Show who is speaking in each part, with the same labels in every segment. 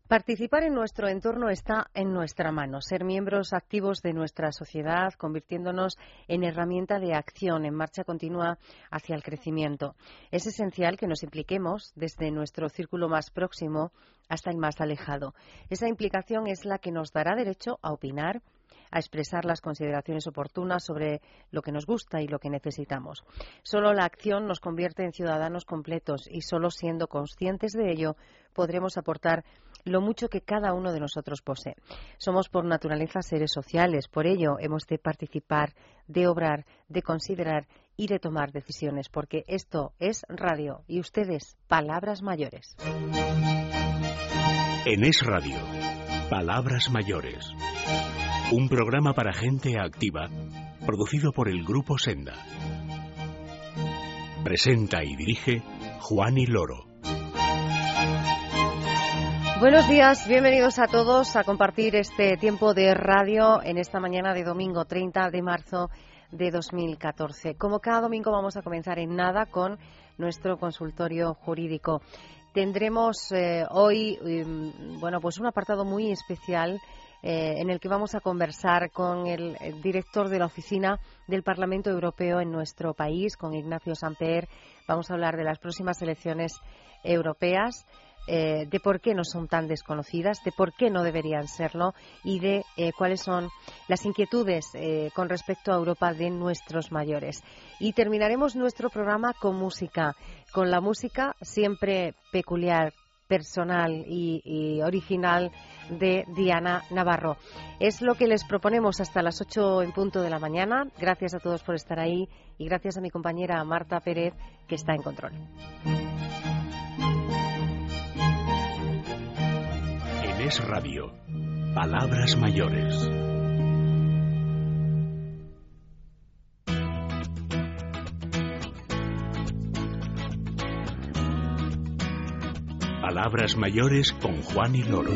Speaker 1: Participar en nuestro entorno está en nuestra mano. Ser miembros activos de nuestra sociedad, convirtiéndonos en herramienta de acción en marcha continua hacia el crecimiento. Es esencial que nos impliquemos desde nuestro círculo más próximo hasta el más alejado. Esa implicación es la que nos dará derecho a opinar, a expresar las consideraciones oportunas sobre lo que nos gusta y lo que necesitamos. Solo la acción nos convierte en ciudadanos completos y solo siendo conscientes de ello podremos aportar lo mucho que cada uno de nosotros posee. Somos por naturaleza seres sociales, por ello hemos de participar, de obrar, de considerar y de tomar decisiones, porque esto es radio y ustedes, palabras mayores.
Speaker 2: En Es Radio, Palabras Mayores. Un programa para gente activa, producido por el Grupo Senda. Presenta y dirige Juani Loro.
Speaker 1: Buenos días, bienvenidos a todos a compartir este tiempo de radio en esta mañana de domingo 30 de marzo de 2014. Como cada domingo vamos a comenzar en nada con nuestro consultorio jurídico. Tendremos hoy un apartado muy especial en el que vamos a conversar con el director de la Oficina del Parlamento Europeo en nuestro país, con Ignacio Samper. Vamos a hablar de las próximas elecciones europeas, de por qué no son tan desconocidas, de por qué no deberían serlo y de cuáles son las inquietudes con respecto a Europa de nuestros mayores. Y terminaremos nuestro programa con música, con la música siempre peculiar, personal y original de Diana Navarro. Es lo que les proponemos hasta las 8 en punto de la mañana. Gracias a todos por estar ahí y gracias a mi compañera Marta Pérez, que está en control.
Speaker 2: En Es Radio, Palabras Mayores. Palabras Mayores con Juani Loro.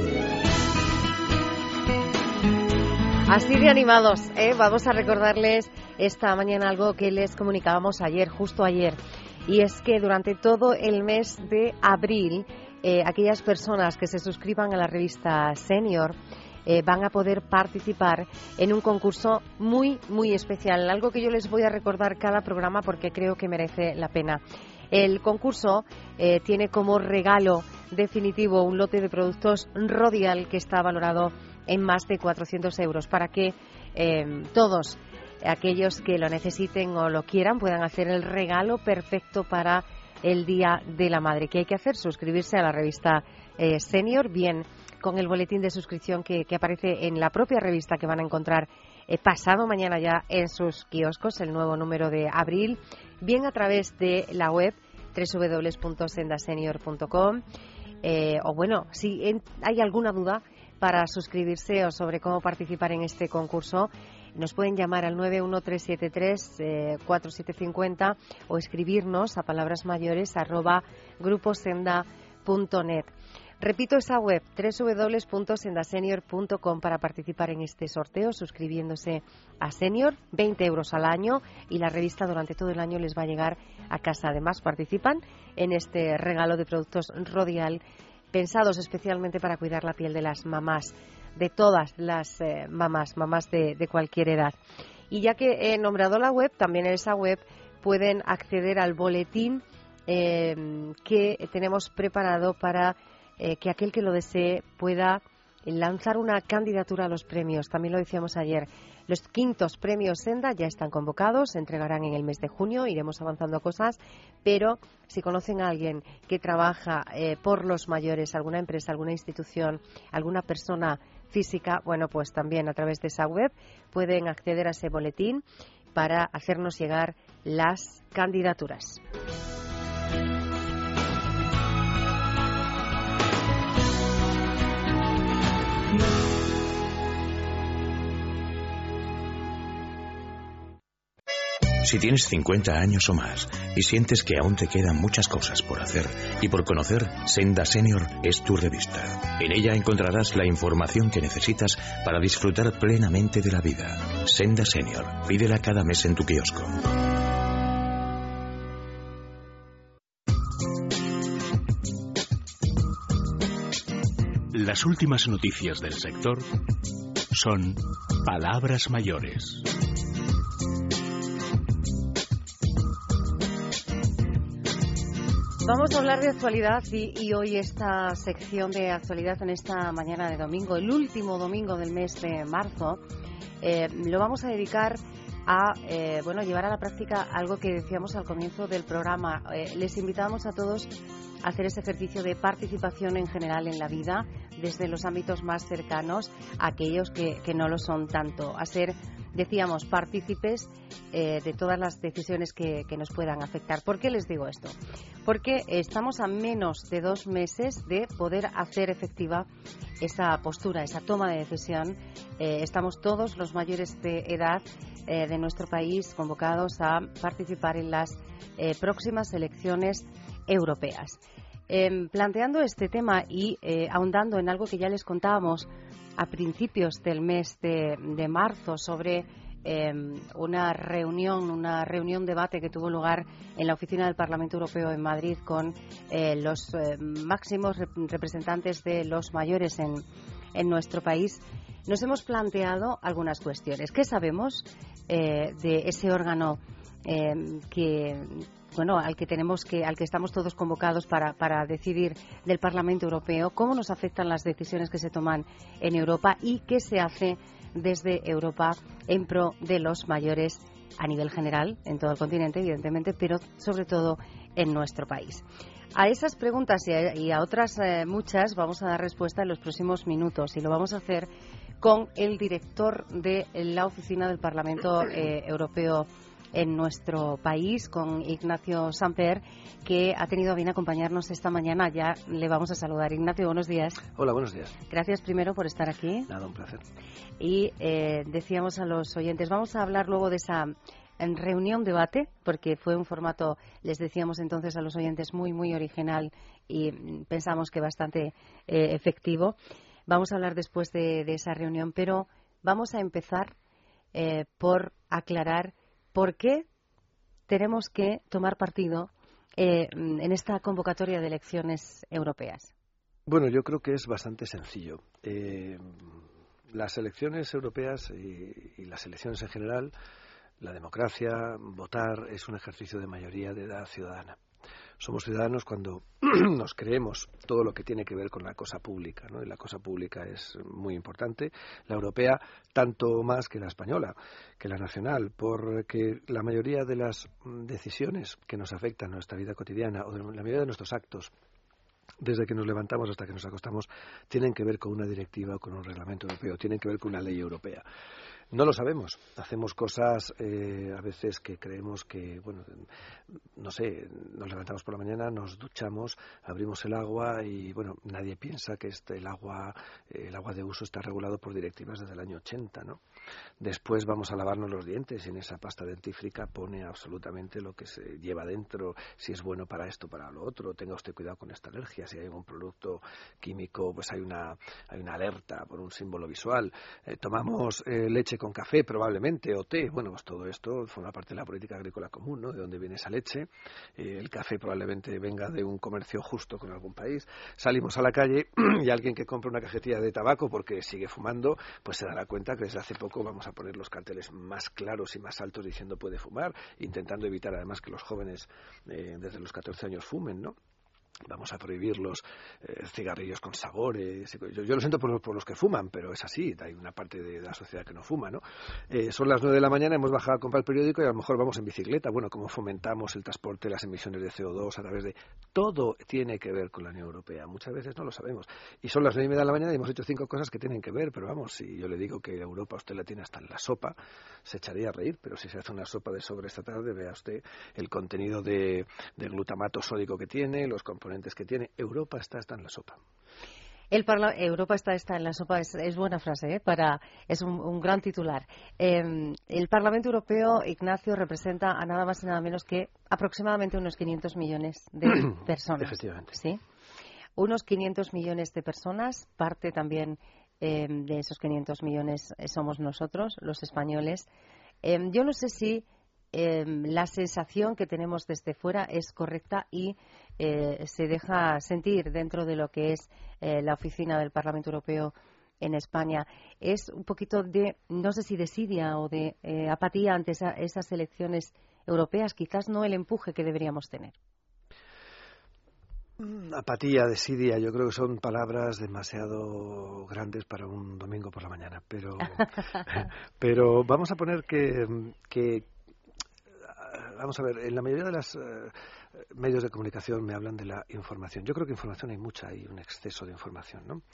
Speaker 1: Así de animados, vamos a recordarles esta mañana algo que les comunicábamos ayer, justo ayer, y es que durante todo el mes de abril, aquellas personas que se suscriban a la revista Senior van a poder participar en un concurso muy, muy especial, algo que yo les voy a recordar cada programa porque creo que merece la pena. El concurso tiene como regalo definitivo un lote de productos Rodial que está valorado en más de 400 euros para que todos aquellos que lo necesiten o lo quieran puedan hacer el regalo perfecto para el Día de la Madre. ¿Qué hay que hacer? Suscribirse a la revista Senior, bien con el boletín de suscripción que aparece en la propia revista que van a encontrar pasado mañana ya en sus kioscos, el nuevo número de abril, bien a través de la web www.sendasenior.com o bueno, si hay alguna duda para suscribirse o sobre cómo participar en este concurso, nos pueden llamar al 91373-4750 o escribirnos a palabrasmayores@gruposenda.net. Repito esa web, www.sendasenior.com, para participar en este sorteo suscribiéndose a Senior, 20 euros al año, y la revista durante todo el año les va a llegar a casa. Además, participan en este regalo de productos Rodial pensados especialmente para cuidar la piel de las mamás, de todas las mamás de cualquier edad. Y ya que he nombrado la web, también en esa web pueden acceder al boletín que tenemos preparado para que aquel que lo desee pueda lanzar una candidatura a los premios. También lo decíamos ayer, los 5º premios Senda ya están convocados, se entregarán en el mes de junio, iremos avanzando cosas, pero si conocen a alguien que trabaja por los mayores, alguna empresa, alguna institución, alguna persona física, bueno, pues también a través de esa web pueden acceder a ese boletín para hacernos llegar las candidaturas.
Speaker 3: Si tienes 50 años o más y sientes que aún te quedan muchas cosas por hacer y por conocer, Senda Senior es tu revista. En ella encontrarás la información que necesitas para disfrutar plenamente de la vida. Senda Senior, pídela cada mes en tu kiosco.
Speaker 2: Las últimas noticias del sector son palabras mayores.
Speaker 1: Vamos a hablar de actualidad y hoy esta sección de actualidad en esta mañana de domingo, el último domingo del mes de marzo, lo vamos a dedicar a llevar a la práctica algo que decíamos al comienzo del programa. Les invitamos a todos a hacer ese ejercicio de participación en general en la vida, desde los ámbitos más cercanos a aquellos que no lo son tanto, a ser, decíamos, partícipes de todas las decisiones que nos puedan afectar. ¿Por qué les digo esto? Porque estamos a menos de 2 meses de poder hacer efectiva esa postura, esa toma de decisión. Estamos todos los mayores de edad de nuestro país convocados a participar en las próximas elecciones europeas. Planteando este tema y ahondando en algo que ya les contábamos a principios del mes de marzo sobre una reunión debate que tuvo lugar en la oficina del Parlamento Europeo en Madrid con los máximos representantes de los mayores en nuestro país, nos hemos planteado algunas cuestiones. ¿Qué sabemos de ese órgano al que estamos todos convocados para decidir del Parlamento Europeo? ¿Cómo nos afectan las decisiones que se toman en Europa y qué se hace desde Europa en pro de los mayores a nivel general, en todo el continente, evidentemente, pero sobre todo en nuestro país? A esas preguntas y a otras muchas vamos a dar respuesta en los próximos minutos, y lo vamos a hacer con el director de la Oficina del Parlamento Europeo en nuestro país, con Ignacio Samper, que ha tenido a bien acompañarnos esta mañana. Ya le vamos a saludar. Ignacio, buenos días.
Speaker 4: Hola, buenos días.
Speaker 1: Gracias primero por estar aquí.
Speaker 4: Nada, un placer.
Speaker 1: Y decíamos a los oyentes, vamos a hablar luego de esa reunión debate, porque fue un formato, les decíamos entonces a los oyentes, muy, muy original y pensamos que bastante efectivo. Vamos a hablar después de esa reunión, pero vamos a empezar por aclarar por qué tenemos que tomar partido en esta convocatoria de elecciones europeas.
Speaker 4: Bueno, yo creo que es bastante sencillo. Las elecciones europeas y las elecciones en general, la democracia, votar, es un ejercicio de mayoría de edad ciudadana. Somos ciudadanos cuando nos creemos todo lo que tiene que ver con la cosa pública, ¿no? Y la cosa pública es muy importante. La europea tanto más que la española, que la nacional, porque la mayoría de las decisiones que nos afectan a nuestra vida cotidiana o de la mayoría de nuestros actos, desde que nos levantamos hasta que nos acostamos, tienen que ver con una directiva o con un reglamento europeo, tienen que ver con una ley europea. No lo sabemos. Hacemos cosas a veces que creemos que, nos levantamos por la mañana, nos duchamos, abrimos el agua y, nadie piensa que el agua de uso está regulado por directivas desde el año 80, ¿no? Después vamos a lavarnos los dientes y en esa pasta dentífrica pone absolutamente lo que se lleva dentro, si es bueno para esto, para lo otro. Tenga usted cuidado con esta alergia. Si hay algún producto químico, pues hay una alerta por un símbolo visual. Tomamos leche con café probablemente o té. Pues todo esto forma parte de la política agrícola común, ¿no? De dónde viene esa leche. El café probablemente venga de un comercio justo con algún país. Salimos a la calle y alguien que compra una cajetilla de tabaco porque sigue fumando, pues se dará cuenta que desde hace poco vamos a poner los carteles más claros y más altos diciendo puede fumar, intentando evitar además que los jóvenes desde los 14 años fumen, ¿no? Vamos a prohibir los cigarrillos con sabores. Yo lo siento por los que fuman, pero es así. Hay una parte de la sociedad que no fuma, ¿no? Son las 9 de la mañana, hemos bajado a comprar el periódico y a lo mejor vamos en bicicleta. Como fomentamos el transporte, las emisiones de CO2 a través de... Todo tiene que ver con la Unión Europea. Muchas veces no lo sabemos. Y son las 9:30 de la mañana y hemos hecho 5 cosas que tienen que ver. Pero si yo le digo que Europa usted la tiene hasta en la sopa, se echaría a reír. Pero si se hace una sopa de sobre esta tarde, vea usted el contenido de glutamato sódico que tiene, los componentes que tiene. Europa está en la sopa.
Speaker 1: Europa está en la sopa es buena frase, es un gran titular. El Parlamento Europeo, Ignacio, representa a nada más y nada menos que aproximadamente unos 500 millones de personas.
Speaker 4: Efectivamente.
Speaker 1: ¿Sí? Unos 500 millones de personas, parte también de esos 500 millones somos nosotros, los españoles. Yo no sé si la sensación que tenemos desde fuera es correcta y se deja sentir dentro de lo que es la oficina del Parlamento Europeo en España. Es un poquito de, no sé si desidia o de apatía ante esas elecciones europeas, quizás no el empuje que deberíamos tener.
Speaker 4: Apatía, desidia, yo creo que son palabras demasiado grandes para un domingo por la mañana, pero vamos a poner que vamos a ver, en la mayoría de los medios de comunicación me hablan de la información. Yo creo que información hay mucha, hay un exceso de información, ¿no?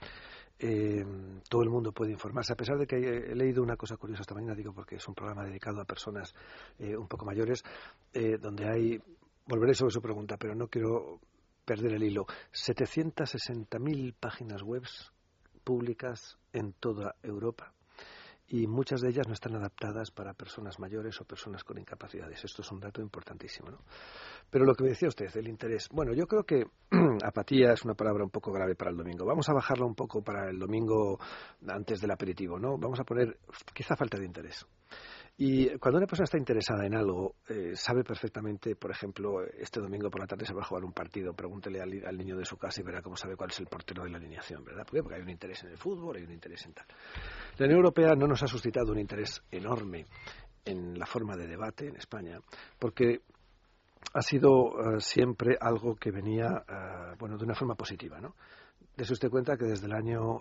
Speaker 4: Todo el mundo puede informarse, a pesar de que he leído una cosa curiosa esta mañana, digo porque es un programa dedicado a personas un poco mayores, donde hay, volveré sobre su pregunta, pero no quiero perder el hilo, 760.000 páginas web públicas en toda Europa, y muchas de ellas no están adaptadas para personas mayores o personas con incapacidades. Esto es un dato importantísimo, ¿no? Pero lo que me decía usted, el interés. Bueno, yo creo que apatía es una palabra un poco grave para el domingo. Vamos a bajarla un poco para el domingo antes del aperitivo, ¿no? Vamos a poner quizá falta de interés. Y cuando una persona está interesada en algo, sabe perfectamente, por ejemplo, este domingo por la tarde se va a jugar un partido, pregúntele al niño de su casa y verá cómo sabe cuál es el portero de la alineación, ¿verdad? ¿Por qué? Porque hay un interés en el fútbol, hay un interés en tal. La Unión Europea no nos ha suscitado un interés enorme en la forma de debate en España, porque ha sido siempre algo que venía, de una forma positiva, ¿no? Dese usted cuenta que desde el año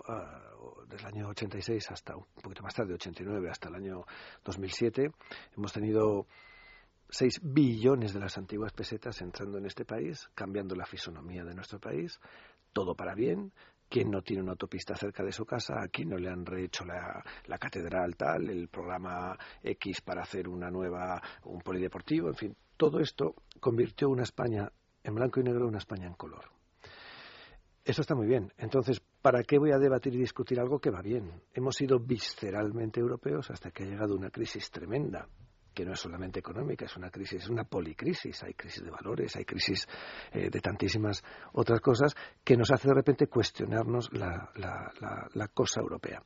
Speaker 4: 86 hasta un poquito más tarde, 89, hasta el año 2007, hemos tenido 6 billones de las antiguas pesetas entrando en este país, cambiando la fisonomía de nuestro país, todo para bien. ¿Quién no tiene una autopista cerca de su casa? ¿A quién no le han rehecho la catedral tal, el programa X para hacer un polideportivo? En fin, todo esto convirtió una España en blanco y negro en una España en color. Eso está muy bien. Entonces, ¿para qué voy a debatir y discutir algo que va bien? Hemos sido visceralmente europeos hasta que ha llegado una crisis tremenda, que no es solamente económica, es una crisis, es una policrisis. Hay crisis de valores, hay crisis de tantísimas otras cosas que nos hace de repente cuestionarnos la cosa europea.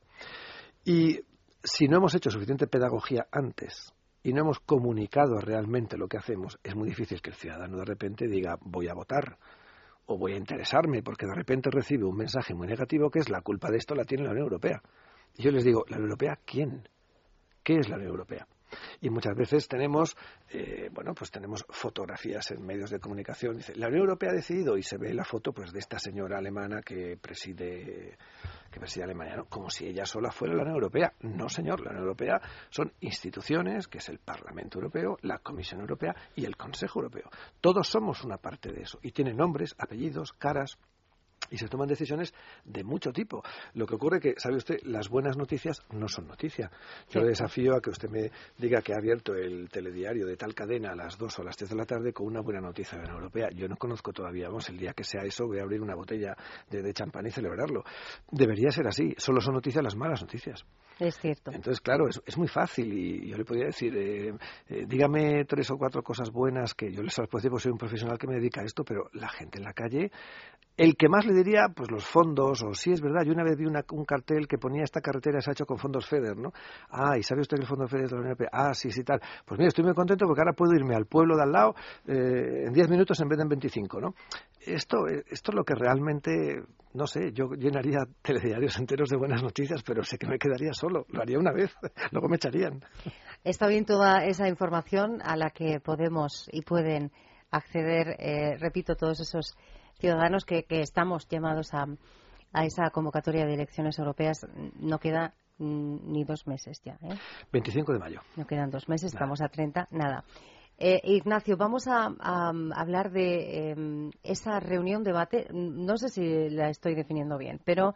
Speaker 4: Y si no hemos hecho suficiente pedagogía antes y no hemos comunicado realmente lo que hacemos, es muy difícil que el ciudadano de repente diga voy a votar o voy a interesarme, porque de repente recibe un mensaje muy negativo que es la culpa de esto la tiene la Unión Europea. Y yo les digo, ¿la Unión Europea quién? ¿Qué es la Unión Europea? Y muchas veces tenemos tenemos fotografías en medios de comunicación. Dice, la Unión Europea ha decidido, y se ve la foto de esta señora alemana que preside Alemania, ¿no? Como si ella sola fuera la Unión Europea. No, señor, la Unión Europea son instituciones, que es el Parlamento Europeo, la Comisión Europea y el Consejo Europeo. Todos somos una parte de eso, y tienen nombres, apellidos, caras, y se toman decisiones de mucho tipo. Lo que ocurre que, ¿sabe usted? Las buenas noticias no son noticia. Yo le desafío a que usted me diga que ha abierto el telediario de tal cadena a las 2 o a las 3 de la tarde con una buena noticia de la Unión Europea. Yo no conozco todavía, el día que sea eso voy a abrir una botella de champán y celebrarlo. Debería ser así. Solo son noticias las malas noticias.
Speaker 1: Es cierto.
Speaker 4: Entonces, claro, es muy fácil y yo le podría decir, dígame 3 o 4 cosas buenas que yo les puedo decir, porque soy un profesional que me dedica a esto, pero la gente en la calle, el que más le diría, pues los fondos, o sí es verdad, yo una vez vi un cartel que ponía esta carretera se ha hecho con fondos FEDER, ¿no? Ah, ¿y sabe usted que el fondo FEDER es de la Unión Europea? Ah, sí, tal. Pues mira, estoy muy contento porque ahora puedo irme al pueblo de al lado en 10 minutos en vez de en 25, ¿no? Esto es lo que realmente, no sé, yo llenaría telediarios enteros de buenas noticias, pero sé que me quedaría solo, lo haría una vez, luego me echarían.
Speaker 1: Está bien toda esa información a la que podemos y pueden acceder, repito, todos esos ciudadanos que estamos llamados a esa convocatoria de elecciones europeas. No queda ni 2 meses ya,
Speaker 4: 25 de mayo.
Speaker 1: No quedan 2 meses, estamos a 30, nada. Ignacio, vamos a hablar de esa reunión debate. No sé si la estoy definiendo bien, pero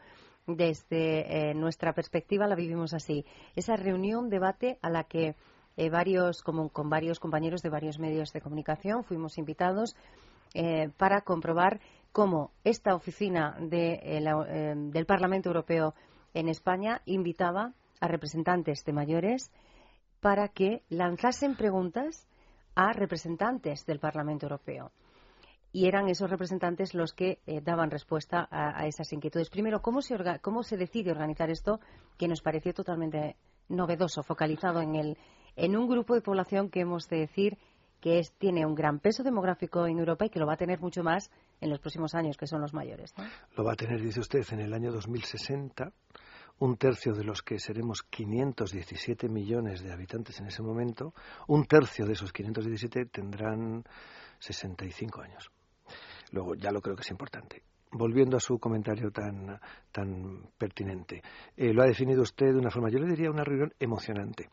Speaker 1: desde nuestra perspectiva la vivimos así. Esa reunión debate a la que con varios compañeros de varios medios de comunicación fuimos invitados para comprobar cómo esta oficina del Parlamento Europeo en España invitaba a representantes de mayores para que lanzasen preguntas a representantes del Parlamento Europeo. Y eran esos representantes los que daban respuesta a esas inquietudes. Primero, ¿cómo se decide organizar esto, que nos pareció totalmente novedoso, focalizado en un grupo de población que hemos de decir que tiene un gran peso demográfico en Europa y que lo va a tener mucho más en los próximos años, que son los mayores, ¿no?
Speaker 4: Lo va a tener, dice usted, en el año 2060. Un tercio de los que seremos 517 millones de habitantes en ese momento, un tercio de esos 517 tendrán 65 años. Luego, ya lo creo que es importante. Volviendo a su comentario tan pertinente, lo ha definido usted de una forma, yo le diría una reunión emocionante.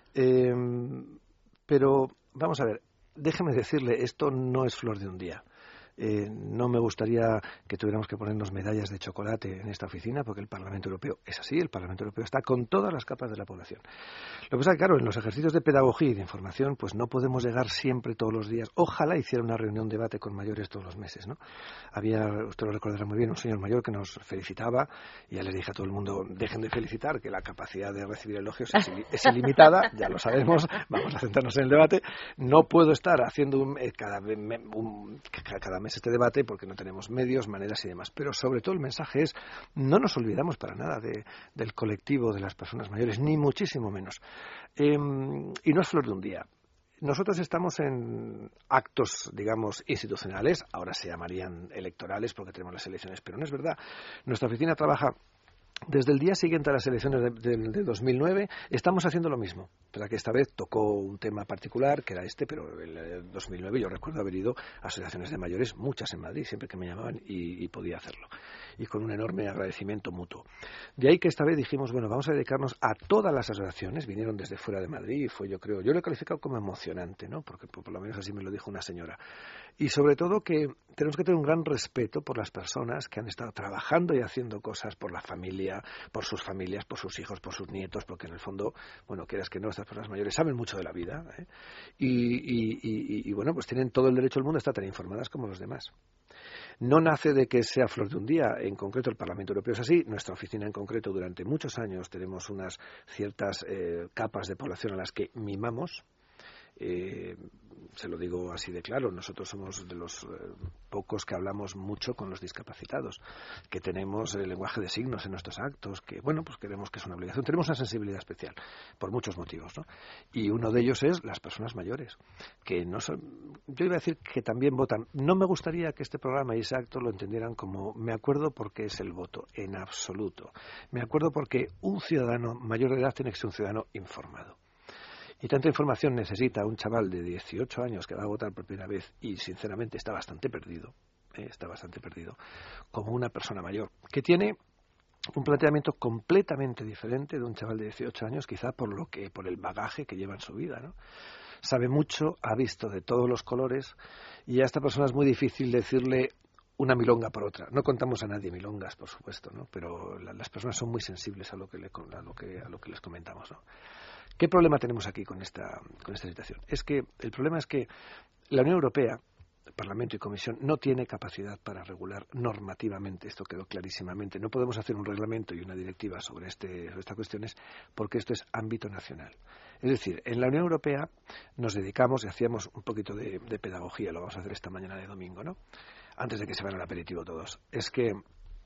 Speaker 4: Pero, vamos a ver, déjeme decirle, esto no es flor de un día. No me gustaría que tuviéramos que ponernos medallas de chocolate en esta oficina, porque el Parlamento Europeo es así, el Parlamento Europeo está con todas las capas de la población. Lo que pasa es que, claro, en los ejercicios de pedagogía y de información, pues no podemos llegar siempre todos los días. Ojalá hiciera una reunión, debate con mayores todos los meses, ¿no? Había, usted lo recordará muy bien, un señor mayor que nos felicitaba, y ya les dije a todo el mundo, dejen de felicitar, que la capacidad de recibir elogios es ilimitada, ya lo sabemos, vamos a centrarnos en el debate. No puedo estar haciendo cada mes este debate porque no tenemos medios, maneras y demás, pero sobre todo el mensaje es: no nos olvidamos para nada del colectivo de las personas mayores, ni muchísimo menos, y no es flor de un día. Nosotros estamos en actos, digamos, institucionales, ahora se llamarían electorales porque tenemos las elecciones, pero no es verdad. Nuestra oficina trabaja desde el día siguiente a las elecciones de 2009, estamos haciendo lo mismo. Pero que esta vez tocó un tema particular, que era pero el 2009 yo recuerdo haber ido a asociaciones de mayores, muchas en Madrid, siempre que me llamaban y podía hacerlo. Y con un enorme agradecimiento mutuo. De ahí que esta vez dijimos, bueno, vamos a dedicarnos a todas las asociaciones, vinieron desde fuera de Madrid y fue, yo lo he calificado como emocionante, ¿no? Porque por lo menos así me lo dijo una señora. Y sobre todo que tenemos que tener un gran respeto por las personas que han estado trabajando y haciendo cosas por la familia, por sus familias, por sus hijos, por sus nietos, porque en el fondo, bueno, quieras que no, estas personas mayores saben mucho de la vida, ¿eh? Y bueno, pues tienen todo el derecho del mundo a estar tan informadas como los demás. No nace de que sea flor de un día, en concreto el Parlamento Europeo es así, nuestra oficina en concreto durante muchos años tenemos unas ciertas capas de población a las que mimamos. Se lo digo así de claro, nosotros somos de los pocos que hablamos mucho con los discapacitados, que tenemos el lenguaje de signos en nuestros actos, que bueno, pues creemos que es una obligación, tenemos una sensibilidad especial por muchos motivos, ¿no? Y uno de ellos es las personas mayores, que no son, yo iba a decir que también votan. No me gustaría que este programa y ese acto lo entendieran como me acuerdo porque es el voto, en absoluto. Me acuerdo porque un ciudadano mayor de edad tiene que ser un ciudadano informado. Y tanta información necesita un chaval de 18 años que va a votar por primera vez y sinceramente está bastante perdido, como una persona mayor, que tiene un planteamiento completamente diferente de un chaval de 18 años, quizá por el bagaje que lleva en su vida, ¿no? Sabe mucho, ha visto de todos los colores y a esta persona es muy difícil decirle una milonga por otra. No contamos a nadie milongas, por supuesto, ¿no? Pero las personas son muy sensibles a lo que les comentamos, ¿no? ¿Qué problema tenemos aquí con esta situación? El problema es que la Unión Europea, Parlamento y Comisión, no tiene capacidad para regular normativamente, esto quedó clarísimamente. No podemos hacer un reglamento y una directiva sobre estas cuestiones porque esto es ámbito nacional. Es decir, en la Unión Europea nos dedicamos y hacíamos un poquito de pedagogía, lo vamos a hacer esta mañana de domingo, ¿no? Antes de que se vayan al aperitivo todos. Es que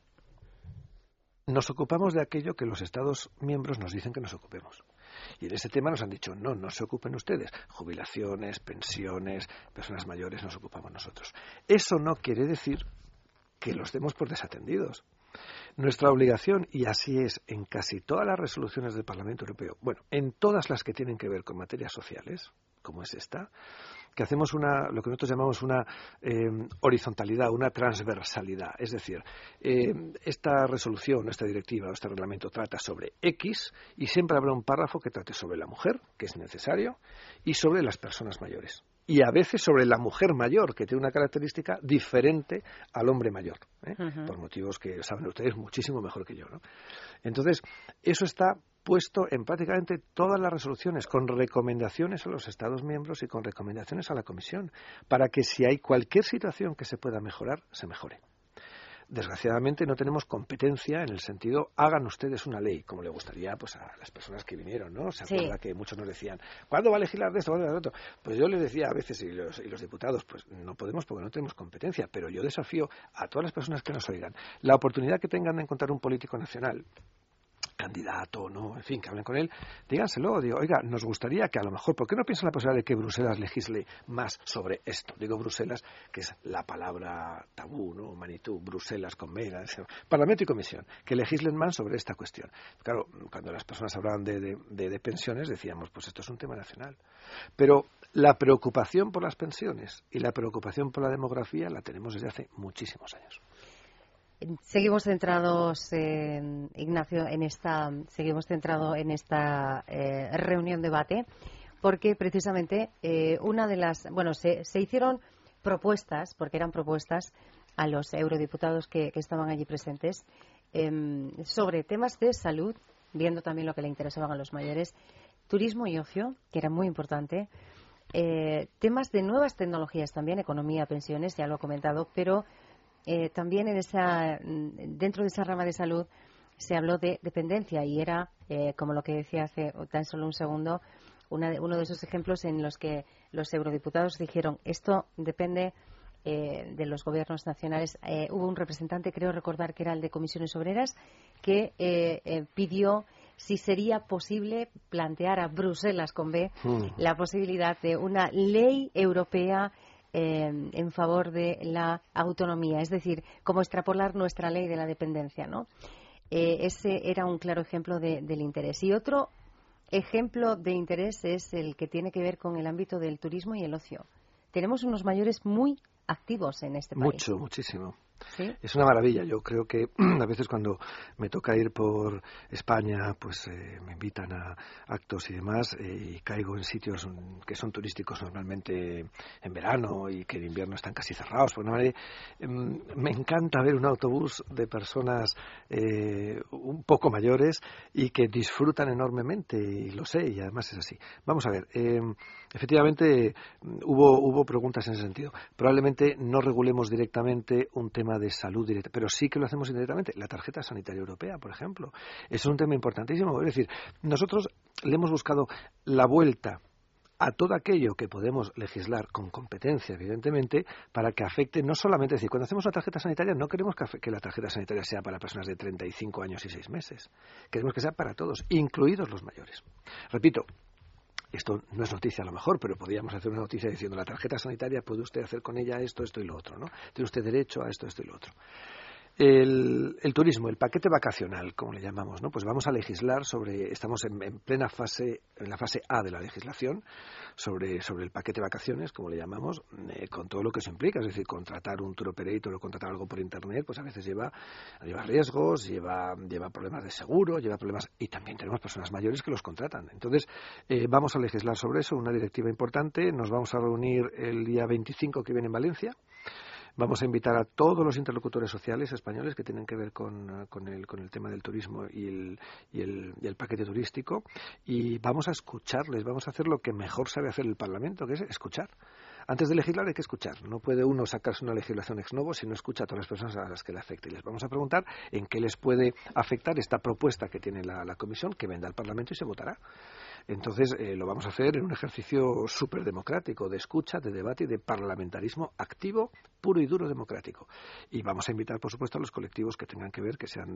Speaker 4: nos ocupamos de aquello que los Estados miembros nos dicen que nos ocupemos. Y en ese tema nos han dicho, no se ocupen ustedes. Jubilaciones, pensiones, personas mayores, nos ocupamos nosotros. Eso no quiere decir que los demos por desatendidos. Nuestra obligación, y así es en casi todas las resoluciones del Parlamento Europeo, bueno, en todas las que tienen que ver con materias sociales, como es esta, que hacemos lo que nosotros llamamos una horizontalidad, una transversalidad. Es decir, esta resolución, esta directiva o este reglamento trata sobre X y siempre habrá un párrafo que trate sobre la mujer, que es necesario, y sobre las personas mayores. Y a veces sobre la mujer mayor, que tiene una característica diferente al hombre mayor, por motivos que saben ustedes muchísimo mejor que yo, ¿no? Entonces, eso está puesto en prácticamente todas las resoluciones, con recomendaciones a los Estados miembros y con recomendaciones a la Comisión, para que si hay cualquier situación que se pueda mejorar, se mejore. Desgraciadamente no tenemos competencia en el sentido, hagan ustedes una ley, como le gustaría pues a las personas que vinieron, ¿no? Se acuerda que muchos nos decían, ¿cuándo va a legislar de esto? ¿Cuándo va de otro? Pues yo les decía a veces, y los diputados, pues no podemos porque no tenemos competencia, pero yo desafío a todas las personas que nos oigan, la oportunidad que tengan de encontrar un político nacional candidato o no, en fin, que hablen con él, díganselo, digo, oiga, nos gustaría que a lo mejor, ¿por qué no piensan la posibilidad de que Bruselas legisle más sobre esto? Digo Bruselas, que es la palabra tabú, ¿no? Manitou, Bruselas con megas, Parlamento y Comisión, que legislen más sobre esta cuestión. Claro, cuando las personas hablaban de pensiones, decíamos, pues esto es un tema nacional. Pero la preocupación por las pensiones y la preocupación por la demografía la tenemos desde hace muchísimos años.
Speaker 1: Seguimos centrados, Ignacio, en esta reunión debate, porque precisamente se hicieron propuestas, porque eran propuestas a los eurodiputados que estaban allí presentes, sobre temas de salud, viendo también lo que le interesaban a los mayores, turismo y ocio, que era muy importante, temas de nuevas tecnologías también, economía, pensiones, ya lo he comentado, pero también dentro de esa rama de salud se habló de dependencia y era, como lo que decía hace tan solo un segundo, uno de esos ejemplos en los que los eurodiputados dijeron esto depende de los gobiernos nacionales. Hubo un representante, creo recordar que era el de Comisiones Obreras, que pidió si sería posible plantear a Bruselas con B la posibilidad de una ley europea en favor de la autonomía, es decir, cómo extrapolar nuestra ley de la dependencia, ¿no? Ese era un claro ejemplo del interés. Y otro ejemplo de interés es el que tiene que ver con el ámbito del turismo y el ocio. Tenemos unos mayores muy activos en este país.
Speaker 4: Muchísimo.
Speaker 1: ¿Sí?
Speaker 4: Es una maravilla. Yo creo que a veces cuando me toca ir por España, pues me invitan a actos y demás y caigo en sitios que son turísticos normalmente en verano y que en invierno están casi cerrados. Me encanta ver un autobús de personas un poco mayores y que disfrutan enormemente, y lo sé, y además es así. Vamos a ver, efectivamente hubo preguntas en ese sentido. Probablemente no regulemos directamente un tema de salud directa, pero sí que lo hacemos indirectamente. La tarjeta sanitaria europea, por ejemplo, es un tema importantísimo. Es decir, nosotros le hemos buscado la vuelta a todo aquello que podemos legislar con competencia, evidentemente, para que afecte no solamente, es decir, cuando hacemos una tarjeta sanitaria no queremos que la tarjeta sanitaria sea para personas de 35 años y 6 meses. Queremos que sea para todos, incluidos los mayores. Repito, esto no es noticia a lo mejor, pero podríamos hacer una noticia diciendo la tarjeta sanitaria puede usted hacer con ella esto, esto y lo otro, ¿no? Tiene usted derecho a esto, esto y lo otro. El turismo, el paquete vacacional, como le llamamos, ¿no? Pues vamos a legislar estamos en plena fase, en la fase A de la legislación, sobre el paquete vacaciones, como le llamamos, con todo lo que eso implica, es decir, contratar un tour operator o contratar algo por internet, pues a veces lleva riesgos, lleva problemas de seguro, lleva problemas, y también tenemos personas mayores que los contratan. Entonces, vamos a legislar sobre eso, una directiva importante. Nos vamos a reunir el día 25 que viene en Valencia. Vamos a invitar a todos los interlocutores sociales españoles que tienen que ver con el tema del turismo y el paquete turístico, y vamos a escucharles, vamos a hacer lo que mejor sabe hacer el Parlamento, que es escuchar. Antes de legislar hay que escuchar. No puede uno sacarse una legislación ex novo si no escucha a todas las personas a las que le afecte. Y les vamos a preguntar en qué les puede afectar esta propuesta que tiene la Comisión, que vendrá al Parlamento y se votará. Entonces lo vamos a hacer en un ejercicio súper democrático, de escucha, de debate y de parlamentarismo activo, puro y duro democrático. Y vamos a invitar, por supuesto, a los colectivos que tengan que ver, que sean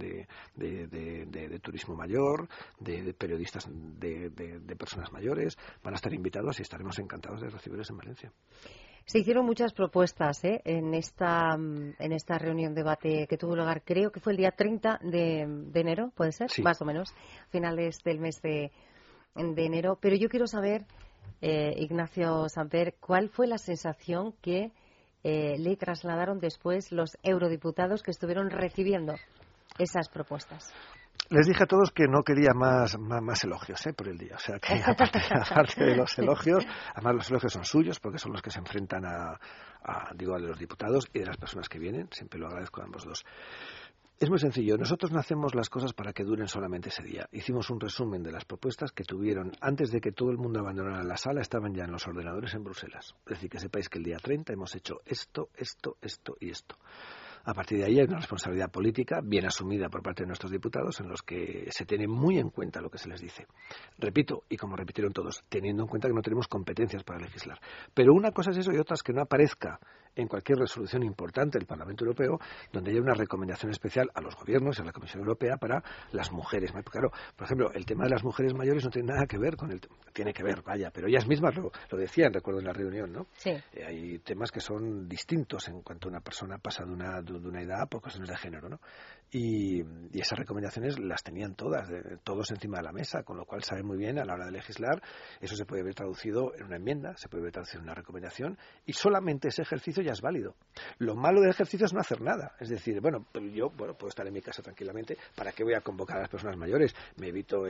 Speaker 4: de turismo mayor, de periodistas, de personas mayores. Van a estar invitados y estaremos encantados de recibirlos en Valencia.
Speaker 1: Se hicieron muchas propuestas en esta reunión debate que tuvo lugar, creo que fue el día 30 de enero, ¿puede ser?
Speaker 4: Sí.
Speaker 1: Más o menos, finales del mes de enero. Pero yo quiero saber, Ignacio Samper, ¿cuál fue la sensación que le trasladaron después los eurodiputados que estuvieron recibiendo esas propuestas?
Speaker 4: Les dije a todos que no quería más elogios por el día. O sea, que aparte de los elogios, además los elogios son suyos porque son los que se enfrentan a los diputados y de las personas que vienen. Siempre lo agradezco a ambos dos. Es muy sencillo. Nosotros no hacemos las cosas para que duren solamente ese día. Hicimos un resumen de las propuestas que tuvieron antes de que todo el mundo abandonara la sala. Estaban ya en los ordenadores en Bruselas. Es decir, que sepáis que el día 30 hemos hecho esto y esto. A partir de ahí hay una responsabilidad política bien asumida por parte de nuestros diputados en los que se tiene muy en cuenta lo que se les dice. Repito, y como repitieron todos, teniendo en cuenta que no tenemos competencias para legislar. Pero una cosa es eso y otra es que no aparezca en cualquier resolución importante del Parlamento Europeo donde haya una recomendación especial a los gobiernos y a la Comisión Europea para las mujeres. Claro, por ejemplo, el tema de las mujeres mayores no tiene nada que ver con tiene que ver, vaya, pero ellas mismas lo decían, recuerdo en la reunión, ¿no?
Speaker 1: Sí.
Speaker 4: Hay temas que son distintos en cuanto una persona pasa de una edad por cuestiones de género, ¿no? Y esas recomendaciones las tenían todos encima de la mesa, con lo cual saben muy bien a la hora de legislar, eso se puede ver traducido en una enmienda, se puede ver traducido en una recomendación, y solamente ese ejercicio ya es válido. Lo malo del ejercicio es no hacer nada, es decir, yo puedo estar en mi casa tranquilamente, ¿para qué voy a convocar a las personas mayores? Me evito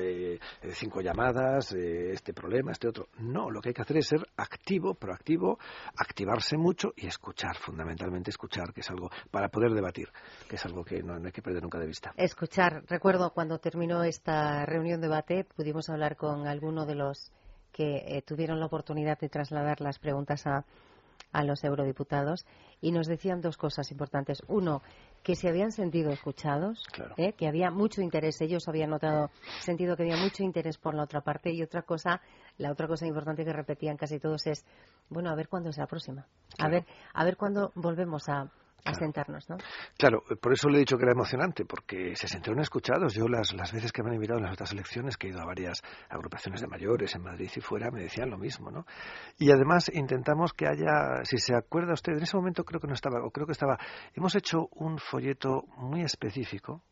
Speaker 4: 5 llamadas, este problema, este otro. No, lo que hay que hacer es ser activo, proactivo, activarse mucho y escuchar, fundamentalmente escuchar, que es algo para poder debatir, que es algo que no hay que perder nunca de vista.
Speaker 1: Escuchar. Recuerdo cuando terminó esta reunión de debate, pudimos hablar con alguno de los que tuvieron la oportunidad de trasladar las preguntas a los eurodiputados y nos decían 2 cosas importantes. Uno, que se habían sentido escuchados,
Speaker 4: claro.
Speaker 1: Que había mucho interés. Ellos habían sentido que había mucho interés por la otra parte. Y la otra cosa importante que repetían casi todos es, a ver cuándo es la próxima.
Speaker 4: Claro.
Speaker 1: A ver cuándo volvemos a sentarnos, ¿no?
Speaker 4: Claro, por eso le he dicho que era emocionante, porque se sintieron escuchados. Yo las veces que me han invitado en las otras elecciones, que he ido a varias agrupaciones de mayores en Madrid y fuera, me decían lo mismo, ¿no? Y además intentamos que haya, si se acuerda usted, en ese momento creo que estaba, hemos hecho un folleto muy específico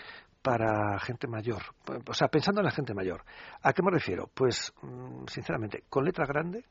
Speaker 4: para gente mayor, o sea, pensando en la gente mayor. ¿A qué me refiero? Pues, sinceramente, con letra grande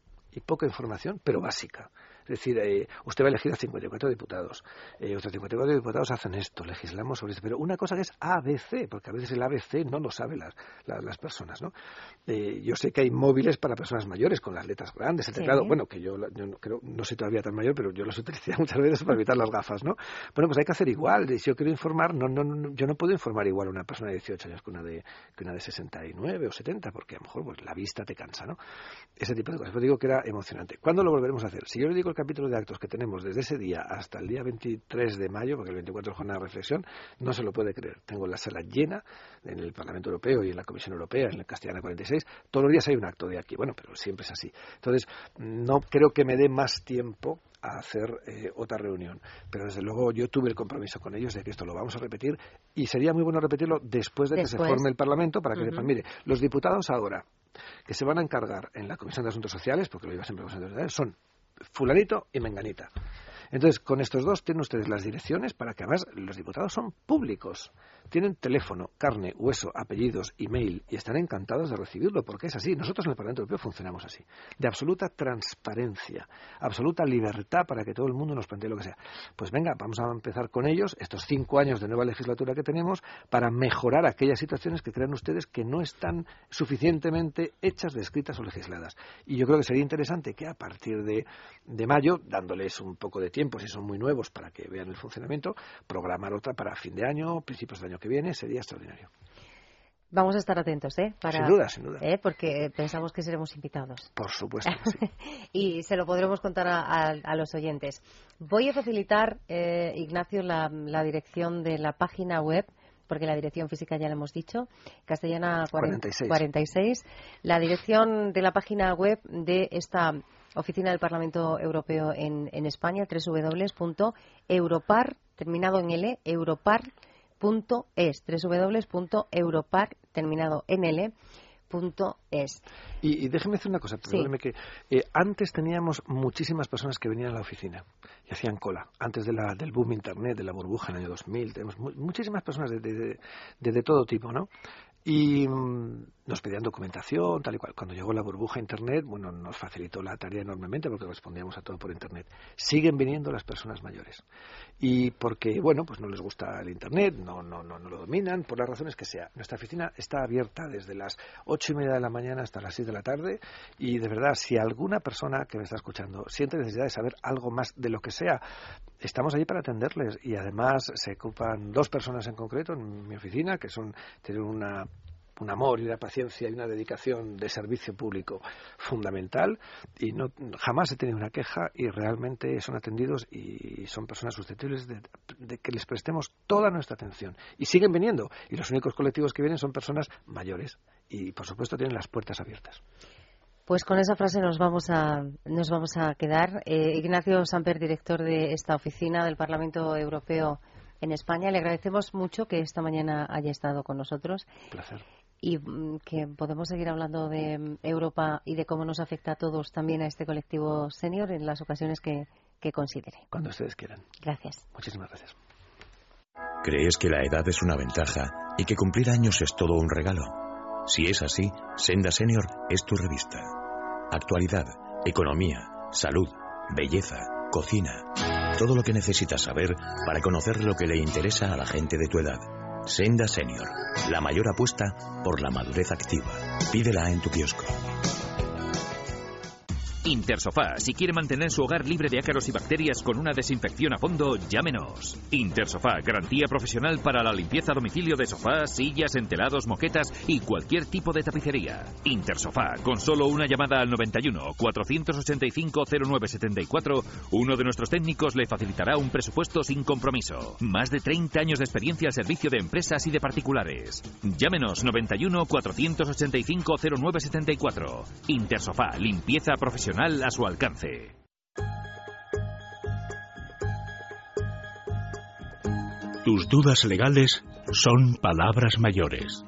Speaker 4: y poca información, pero básica. Es decir, usted va a elegir a 54 diputados. Otros 54 diputados hacen esto, legislamos sobre esto. Pero una cosa que es ABC, porque a veces el ABC no lo saben las personas, ¿no? Yo sé que hay móviles para personas mayores con las letras grandes, el teclado. Bueno, que yo no soy todavía tan mayor, pero yo los utilicé muchas veces para evitar las gafas, ¿no? Bueno, pues hay que hacer igual. Si yo quiero informar, yo no puedo informar igual a una persona de 18 años que una de 69 o 70, porque a lo mejor pues, la vista te cansa, ¿no? Ese tipo de cosas. Pero digo que era emocionante. ¿Cuándo lo volveremos a hacer? Si yo le digo el capítulo de actos que tenemos desde ese día hasta el día 23 de mayo, porque el 24 es jornada de reflexión, no se lo puede creer. Tengo la sala llena en el Parlamento Europeo y en la Comisión Europea, en el Castellana 46. Todos los días hay un acto de aquí. Bueno, pero siempre es así. Entonces, no creo que me dé más tiempo a hacer otra reunión. Pero desde luego yo tuve el compromiso con ellos de que esto lo vamos a repetir y sería muy bueno repetirlo después de que se forme el Parlamento para que sepan, mire, los diputados ahora que se van a encargar en la Comisión de Asuntos Sociales, porque lo iba siempre a la Comisión de Asuntos Sociales, son fulanito y menganita. Entonces, con estos dos tienen ustedes las direcciones para que además los diputados son públicos. Tienen teléfono, carne, hueso, apellidos, email y están encantados de recibirlo porque es así. Nosotros en el Parlamento Europeo funcionamos así. De absoluta transparencia, absoluta libertad para que todo el mundo nos plantee lo que sea. Pues venga, vamos a empezar con ellos estos 5 años de nueva legislatura que tenemos para mejorar aquellas situaciones que crean ustedes que no están suficientemente hechas, descritas o legisladas. Y yo creo que sería interesante que a partir de mayo, dándoles un poco de tiempo, si son muy nuevos, para que vean el funcionamiento, programar otra para fin de año, principios del año que viene, sería extraordinario.
Speaker 1: Vamos a estar atentos, sin
Speaker 4: duda.
Speaker 1: Porque pensamos que seremos invitados.
Speaker 4: Por supuesto que sí.
Speaker 1: Y se lo podremos contar a los oyentes. Voy a facilitar, Ignacio, la dirección de la página web, porque la dirección física ya la hemos dicho, Castellana 46. La dirección de la página web de esta oficina del Parlamento Europeo en España, www.europar, terminado en L, europar.es, www.europar, terminado en L.es.
Speaker 4: Y déjeme decir una cosa, perdóneme que antes teníamos muchísimas personas que venían a la oficina y hacían cola. Antes del boom internet, de la burbuja en el año 2000, tenemos muchísimas personas de todo tipo, ¿no? Y nos pedían documentación, tal y cual. Cuando llegó la burbuja internet, bueno, nos facilitó la tarea enormemente porque respondíamos a todo por internet. Siguen viniendo las personas mayores. Y porque, bueno, pues no les gusta el internet, no lo dominan, por las razones que sea. Nuestra oficina está abierta desde las 8:30 de la mañana hasta las 6 de la tarde y de verdad, si alguna persona que me está escuchando siente necesidad de saber algo más de lo que sea, estamos allí para atenderles y además se ocupan 2 personas en concreto en mi oficina que tienen un amor y una paciencia y una dedicación de servicio público fundamental y jamás he tenido una queja y realmente son atendidos y son personas susceptibles de que les prestemos toda nuestra atención y siguen viniendo y los únicos colectivos que vienen son personas mayores y por supuesto tienen las puertas abiertas.
Speaker 1: Pues con esa frase nos vamos a quedar. Ignacio Samper, director de esta oficina del Parlamento Europeo en España, le agradecemos mucho que esta mañana haya estado con nosotros.
Speaker 4: Un placer.
Speaker 1: Y que podemos seguir hablando de Europa y de cómo nos afecta a todos, también a este colectivo senior, en las ocasiones que considere.
Speaker 4: Cuando ustedes quieran.
Speaker 1: Gracias.
Speaker 4: Muchísimas gracias.
Speaker 3: ¿Crees que la edad es una ventaja y que cumplir años es todo un regalo? Si es así, Senda Senior es tu revista. Actualidad, economía, salud, belleza, cocina. Todo lo que necesitas saber para conocer lo que le interesa a la gente de tu edad. Senda Senior, la mayor apuesta por la madurez activa. Pídela en tu kiosco.
Speaker 5: Intersofá, si quiere mantener su hogar libre de ácaros y bacterias con una desinfección a fondo, llámenos. Intersofá, garantía profesional para la limpieza a domicilio de sofás, sillas, entelados, moquetas y cualquier tipo de tapicería. Intersofá, con solo una llamada al 91 485 0974, uno de nuestros técnicos le facilitará un presupuesto sin compromiso. Más de 30 años de experiencia al servicio de empresas y de particulares. Llámenos 91 485 0974. Intersofá, limpieza profesional a su alcance.
Speaker 2: Tus dudas legales son palabras mayores.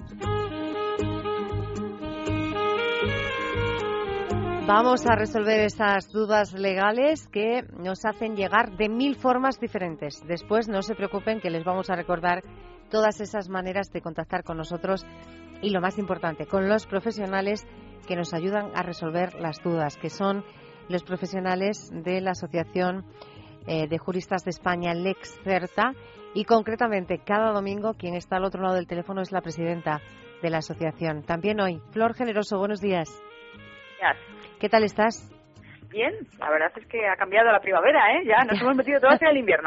Speaker 1: Vamos a resolver esas dudas legales que nos hacen llegar de 1000 formas diferentes. Después no se preocupen que les vamos a recordar todas esas maneras de contactar con nosotros y, lo más importante, con los profesionales que nos ayudan a resolver las dudas, que son los profesionales de la Asociación de Juristas de España, Lex Certa, y concretamente cada domingo quien está al otro lado del teléfono es la presidenta de la asociación. También hoy, Flor Generoso, buenos días. ¿Qué tal estás?
Speaker 6: Bien, la verdad es que ha cambiado la primavera, ¿eh? Ya nos hemos metido todos hacia el invierno.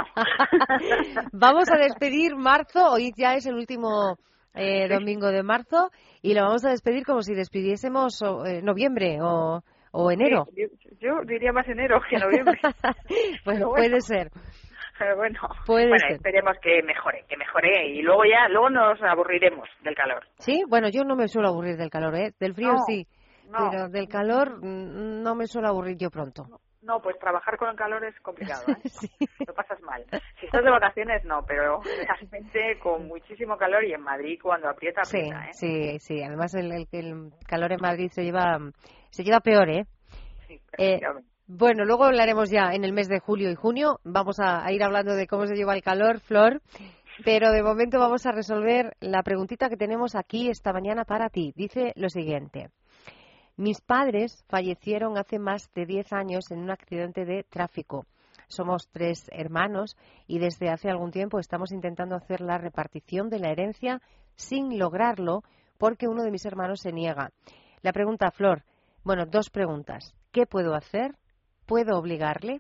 Speaker 1: Vamos a despedir marzo, hoy ya es el último domingo de marzo, y lo vamos a despedir como si despidiésemos noviembre o enero.
Speaker 6: Sí, yo diría más enero que noviembre.
Speaker 1: Bueno, puede ser.
Speaker 6: Pero bueno,
Speaker 1: ser.
Speaker 6: esperemos que mejore y luego nos aburriremos del calor.
Speaker 1: Sí, bueno, yo no me suelo aburrir del calor, ¿eh? Del frío sí, pero del calor no me suelo aburrir yo pronto.
Speaker 6: No, pues trabajar con el calor es complicado, ¿eh?
Speaker 1: Sí.
Speaker 6: Lo pasas mal. Si estás de vacaciones, no, pero realmente con muchísimo calor, y en Madrid cuando aprieta, ¿eh?
Speaker 1: Sí. Además el calor en Madrid se lleva peor, ¿eh?
Speaker 6: Sí, efectivamente.
Speaker 1: Bueno, luego hablaremos ya en el mes de julio y junio. Vamos a ir hablando de cómo se lleva el calor, Flor. Pero de momento vamos a resolver la preguntita que tenemos aquí esta mañana para ti. Dice lo siguiente. Mis padres fallecieron hace más de 10 años en un accidente de tráfico. Somos 3 hermanos y desde hace algún tiempo estamos intentando hacer la repartición de la herencia sin lograrlo porque uno de mis hermanos se niega. La pregunta, Flor, 2 preguntas. ¿Qué puedo hacer? ¿Puedo obligarle?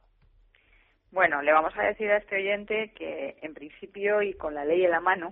Speaker 6: Bueno, le vamos a decir a este oyente que en principio y con la ley en la mano,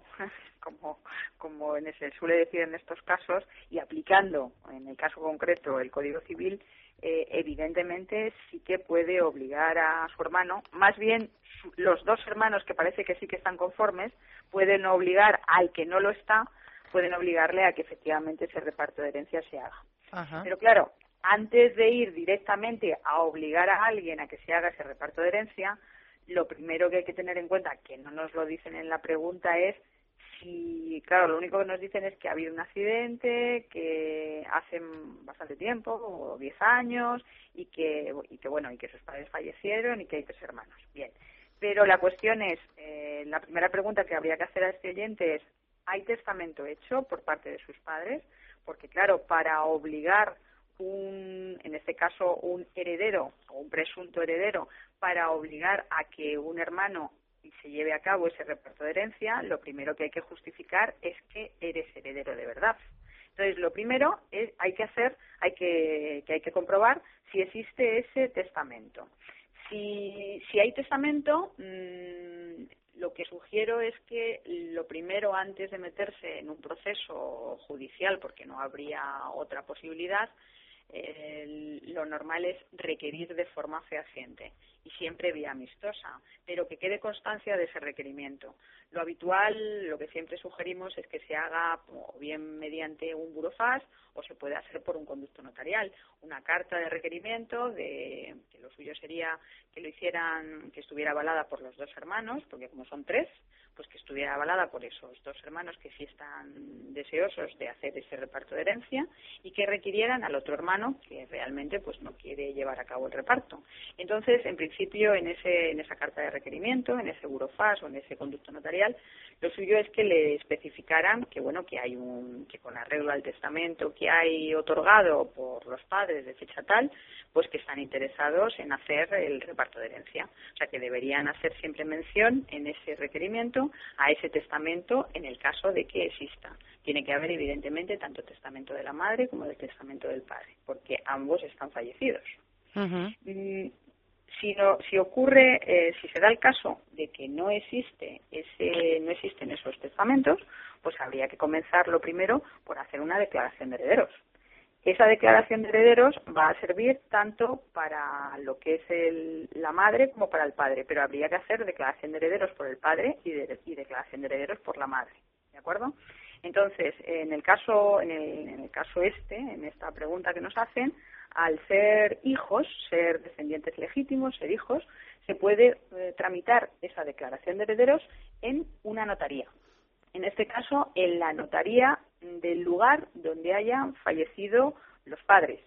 Speaker 6: como se suele decir en estos casos, y aplicando en el caso concreto el Código Civil, evidentemente sí que puede obligar a su hermano, más bien los 2 hermanos que parece que sí que están conformes, pueden obligar al que no lo está, pueden obligarle a que efectivamente ese reparto de herencia se haga.
Speaker 1: Ajá.
Speaker 6: Pero claro, antes de ir directamente a obligar a alguien a que se haga ese reparto de herencia, lo primero que hay que tener en cuenta, que no nos lo dicen en la pregunta, es si, claro, lo único que nos dicen es que ha habido un accidente, que hace bastante tiempo, o 10 años, y que sus padres fallecieron y que hay 3 hermanos. Bien, pero la cuestión es, la primera pregunta que habría que hacer a este oyente es, ¿hay testamento hecho por parte de sus padres? Porque, claro, para obligar en este caso un heredero o un presunto heredero, para obligar a que un hermano se lleve a cabo ese reparto de herencia, lo primero que hay que justificar es que eres heredero de verdad. Entonces, lo primero es hay que comprobar si existe ese testamento. Si hay testamento, lo que sugiero es que lo primero, antes de meterse en un proceso judicial, porque no habría otra posibilidad, lo normal es requerir de forma fehaciente y siempre vía amistosa, pero que quede constancia de ese requerimiento. Lo habitual, lo que siempre sugerimos es que se haga o bien mediante un burofax o se puede hacer por un conducto notarial, una carta de requerimiento que lo suyo sería que lo hicieran, que estuviera avalada por los dos hermanos, porque como son tres, pues que estuviera avalada por esos dos hermanos que sí están deseosos de hacer ese reparto de herencia y que requirieran al otro hermano que realmente pues no quiere llevar a cabo el reparto. Entonces, en principio, en esa carta de requerimiento, en ese burofax o en ese conducto notarial, lo suyo es que le especificaran que bueno, que hay que con arreglo al testamento que hay otorgado por los padres de fecha tal, pues que están interesados en hacer el reparto de herencia. O sea, que deberían hacer siempre mención en ese requerimiento a ese testamento en el caso de que exista. Tiene que haber, evidentemente, tanto testamento de la madre como del testamento del padre, porque ambos están fallecidos.
Speaker 1: Uh-huh.
Speaker 6: Si ocurre, si se da el caso de que no existen esos testamentos, pues habría que comenzar lo primero por hacer una declaración de herederos. Esa declaración de herederos va a servir tanto para lo que es la madre como para el padre, pero habría que hacer declaración de herederos por el padre y declaración de herederos por la madre, ¿de acuerdo? Entonces, en esta pregunta que nos hacen, al ser hijos, ser descendientes legítimos, ser hijos, se puede tramitar esa declaración de herederos en una notaría. En este caso, en la notaría del lugar donde hayan fallecido los padres.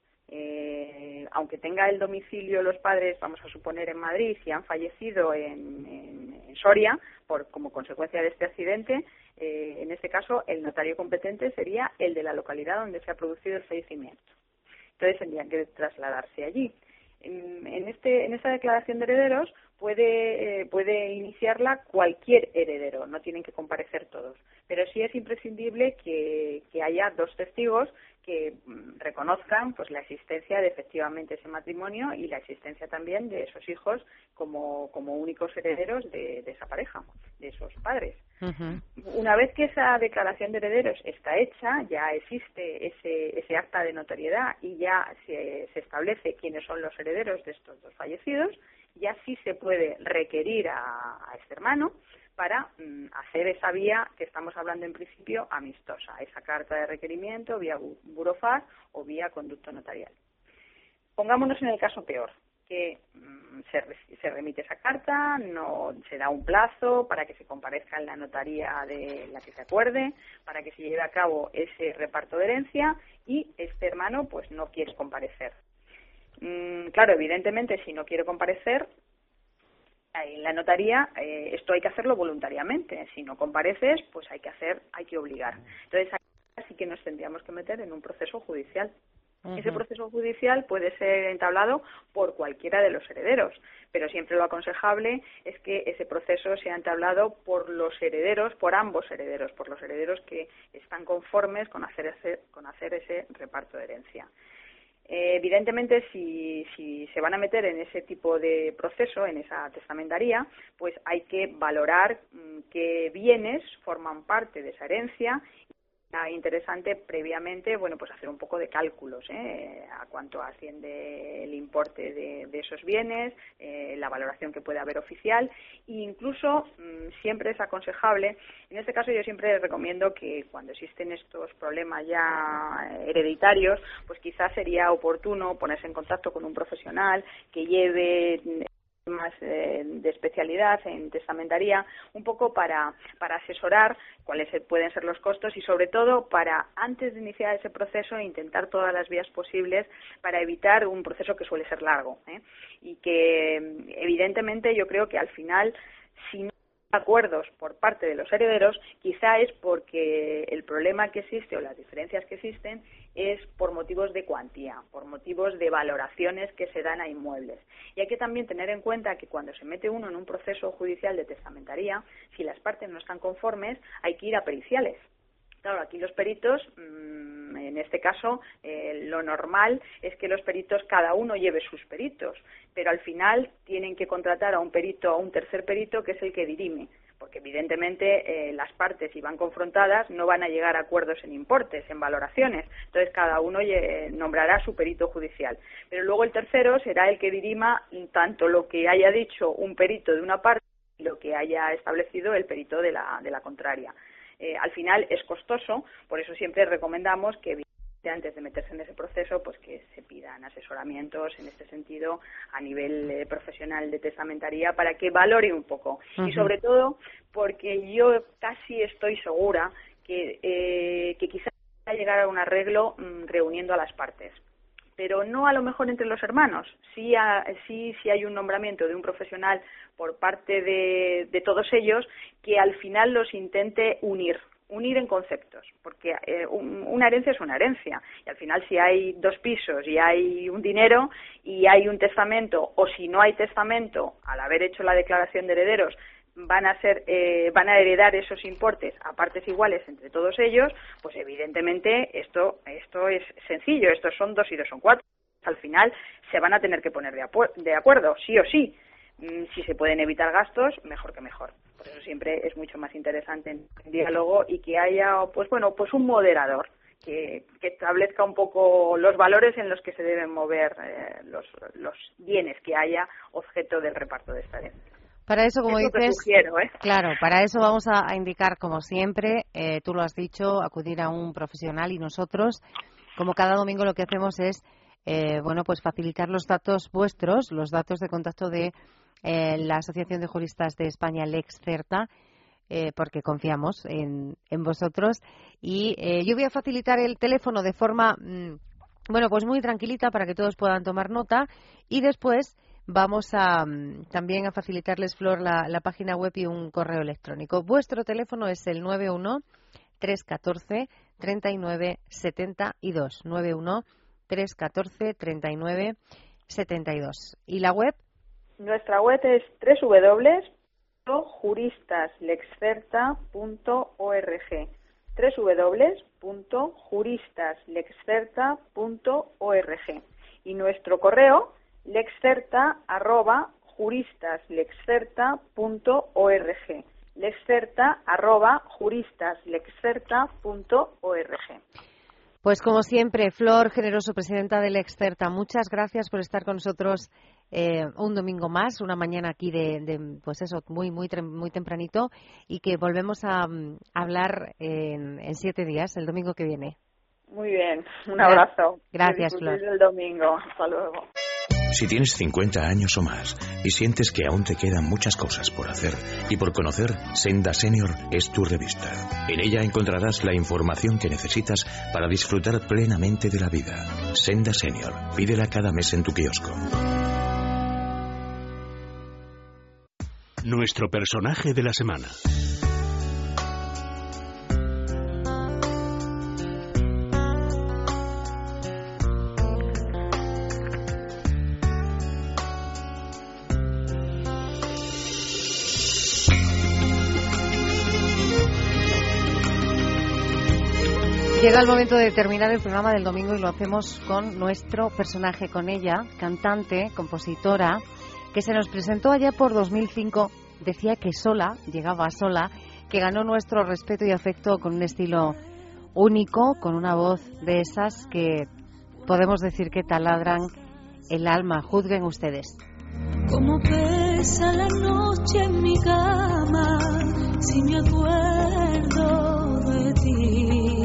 Speaker 6: Aunque tenga el domicilio los padres, vamos a suponer en Madrid, si han fallecido en Soria como consecuencia de este accidente, en este caso el notario competente sería el de la localidad donde se ha producido el fallecimiento. Entonces tendrían que trasladarse allí. En esta declaración de herederos puede iniciarla cualquier heredero, no tienen que comparecer todos, pero sí es imprescindible que haya dos testigos que reconozcan pues la existencia de efectivamente ese matrimonio y la existencia también de esos hijos como únicos herederos de esa pareja, de esos padres.
Speaker 1: Uh-huh.
Speaker 6: Una vez que esa declaración de herederos está hecha, ya existe ese acta de notariedad y ya se establece quiénes son los herederos de estos dos fallecidos, ya sí se puede requerir a este hermano para hacer esa vía que estamos hablando en principio amistosa, esa carta de requerimiento vía burofax o vía conducto notarial. Pongámonos en el caso peor, que se remite esa carta, no se da un plazo para que se comparezca en la notaría de la que se acuerde, para que se lleve a cabo ese reparto de herencia y este hermano pues no quiere comparecer. Claro, evidentemente, si no quiere comparecer en la notaría, esto hay que hacerlo voluntariamente. Si no compareces, pues hay que obligar. Entonces, ahí sí que nos tendríamos que meter en un proceso judicial. Uh-huh. Ese proceso judicial puede ser entablado por cualquiera de los herederos, pero siempre lo aconsejable es que ese proceso sea entablado por los herederos, por ambos herederos, por los herederos que están conformes con hacer ese reparto de herencia. Evidentemente, si se van a meter en ese tipo de proceso, en esa testamentaría, pues hay que valorar qué bienes forman parte de esa herencia. Interesante previamente, bueno, pues hacer un poco de cálculos, a cuánto asciende el importe de esos bienes, la valoración que puede haber oficial, e incluso siempre es aconsejable, en este caso yo siempre recomiendo que cuando existen estos problemas ya hereditarios, pues quizás sería oportuno ponerse en contacto con un profesional que lleve más de especialidad en testamentaría, un poco para asesorar cuáles pueden ser los costos y sobre todo para, antes de iniciar ese proceso, intentar todas las vías posibles para evitar un proceso que suele ser largo, y que evidentemente yo creo que al final, si no hay acuerdos por parte de los herederos, quizá es porque el problema que existe o las diferencias que existen es por motivos de cuantía, por motivos de valoraciones que se dan a inmuebles. Y hay que también tener en cuenta que cuando se mete uno en un proceso judicial de testamentaría, si las partes no están conformes, hay que ir a periciales. Claro, aquí los peritos, en este caso, lo normal es que los peritos, cada uno lleve sus peritos, pero al final tienen que contratar a un perito, a un tercer perito, que es el que dirime, porque evidentemente las partes, si van confrontadas, no van a llegar a acuerdos en importes, en valoraciones. Entonces cada uno nombrará su perito judicial. Pero luego el tercero será el que dirima tanto lo que haya dicho un perito de una parte y lo que haya establecido el perito de la contraria. Al final es costoso, por eso siempre recomendamos que antes de meterse en ese proceso, pues que se pidan asesoramientos en este sentido a nivel profesional de testamentaría para que valore un poco. Y sobre todo porque yo casi estoy segura que quizás va a llegar a un arreglo reuniendo a las partes, pero no a lo mejor entre los hermanos. Sí hay un nombramiento de un profesional por parte de todos ellos que al final los intente unir en conceptos, porque una herencia es una herencia, y al final si hay 2 pisos y hay un dinero y hay un testamento, o si no hay testamento, al haber hecho la declaración de herederos, van a heredar esos importes a partes iguales entre todos ellos, pues evidentemente esto es sencillo, estos son 2 y 2 son 4. Al final se van a tener que poner de acuerdo, sí o sí. Si se pueden evitar gastos, mejor que mejor. Por eso siempre es mucho más interesante en diálogo y que haya, pues un moderador que establezca un poco los valores en los que se deben mover los bienes que haya objeto del reparto de esta herencia.
Speaker 1: Para eso, como dices,
Speaker 6: sugiero,
Speaker 1: claro, para eso vamos a indicar, como siempre, tú lo has dicho, acudir a un profesional, y nosotros, como cada domingo, lo que hacemos es, pues facilitar los datos vuestros, los datos de contacto de la Asociación de Juristas de España, Lex Certa, porque confiamos en vosotros. Y yo voy a facilitar el teléfono de forma, pues muy tranquilita para que todos puedan tomar nota, y después vamos también a facilitarles, Flor, la página web y un correo electrónico. Vuestro teléfono es el 91-314-3972. 91-314-3972. ¿Y la web?
Speaker 6: Nuestra web es www.juristaslexcerta.org. www.juristaslexcerta.org. Y nuestro correo lexcerta@juristaslexcerta.org. lexcerta@juristaslexcerta.org.
Speaker 1: Pues como siempre, Flor Generoso, presidenta de Lex Certa, muchas gracias por estar con nosotros un domingo más, una mañana aquí muy tempranito, y que volvemos a hablar en 7 días, el domingo que viene.
Speaker 6: Muy bien, un abrazo.
Speaker 1: Gracias, Flor.
Speaker 6: El domingo, hasta luego.
Speaker 3: Si tienes 50 años o más y sientes que aún te quedan muchas cosas por hacer y por conocer, Senda Senior es tu revista. En ella encontrarás la información que necesitas para disfrutar plenamente de la vida. Senda Senior, pídela cada mes en tu kiosco.
Speaker 2: Nuestro personaje de la semana.
Speaker 1: Llega el momento de terminar el programa del domingo, y lo hacemos con nuestro personaje, con ella, cantante, compositora, que se nos presentó allá por 2005, decía que sola, llegaba sola, que ganó nuestro respeto y afecto con un estilo único, con una voz de esas que podemos decir que taladran el alma. Juzguen ustedes.
Speaker 7: Como pesa la noche en mi cama, si me acuerdo de ti.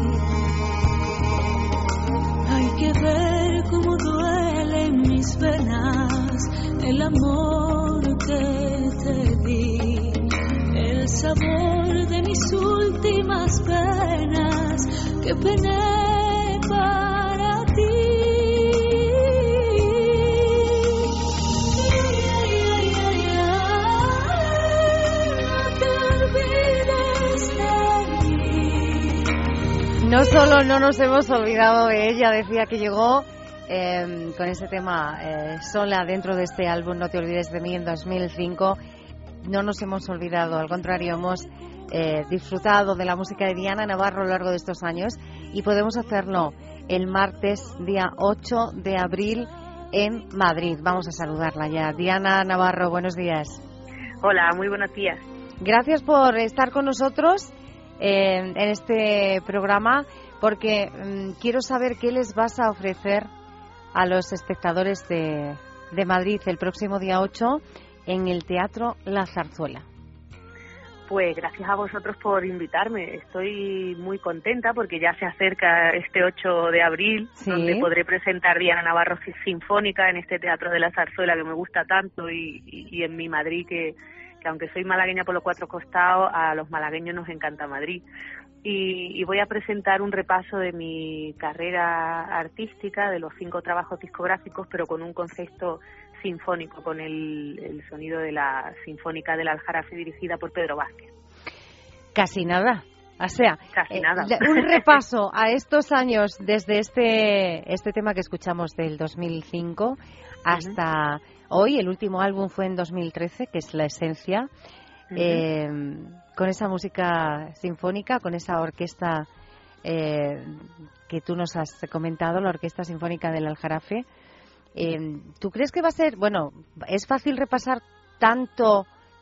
Speaker 7: Hay que ver cómo duele en mis venas el amor que te di, el sabor de mis últimas penas que pené para ti.
Speaker 1: No solo no nos hemos olvidado de ella, decía que llegó con ese tema sola dentro de este álbum No te olvides de mí en 2005. No nos hemos olvidado, al contrario, hemos disfrutado de la música de Diana Navarro a lo largo de estos años, y podemos hacerlo el martes, día 8 de abril, en Madrid. Vamos a saludarla ya. Diana Navarro, buenos días.
Speaker 8: Hola, muy buenos días.
Speaker 1: Gracias por estar con nosotros en este programa, porque quiero saber qué les vas a ofrecer a los espectadores de Madrid el próximo día 8 en el Teatro La Zarzuela.
Speaker 8: Pues gracias a vosotros por invitarme. Estoy muy contenta porque ya se acerca este 8 de abril, ¿sí?, donde podré presentar Diana Navarro Sinfónica en este Teatro de la Zarzuela que me gusta tanto y en mi Madrid, que aunque soy malagueña por los cuatro costados, a los malagueños nos encanta Madrid. Y voy a presentar un repaso de mi carrera artística, de los 5 trabajos discográficos, pero con un concepto sinfónico, con el sonido de la Sinfónica del Aljarafe dirigida por Pedro Vázquez.
Speaker 1: Casi nada. O sea,
Speaker 8: casi nada.
Speaker 1: Un repaso a estos años desde este tema que escuchamos del 2005 hasta hoy. El último álbum fue en 2013, que es La Esencia, con esa música sinfónica, con esa orquesta que tú nos has comentado, la Orquesta Sinfónica del Aljarafe. ¿Tú crees que va a ser, bueno, es fácil repasar tanto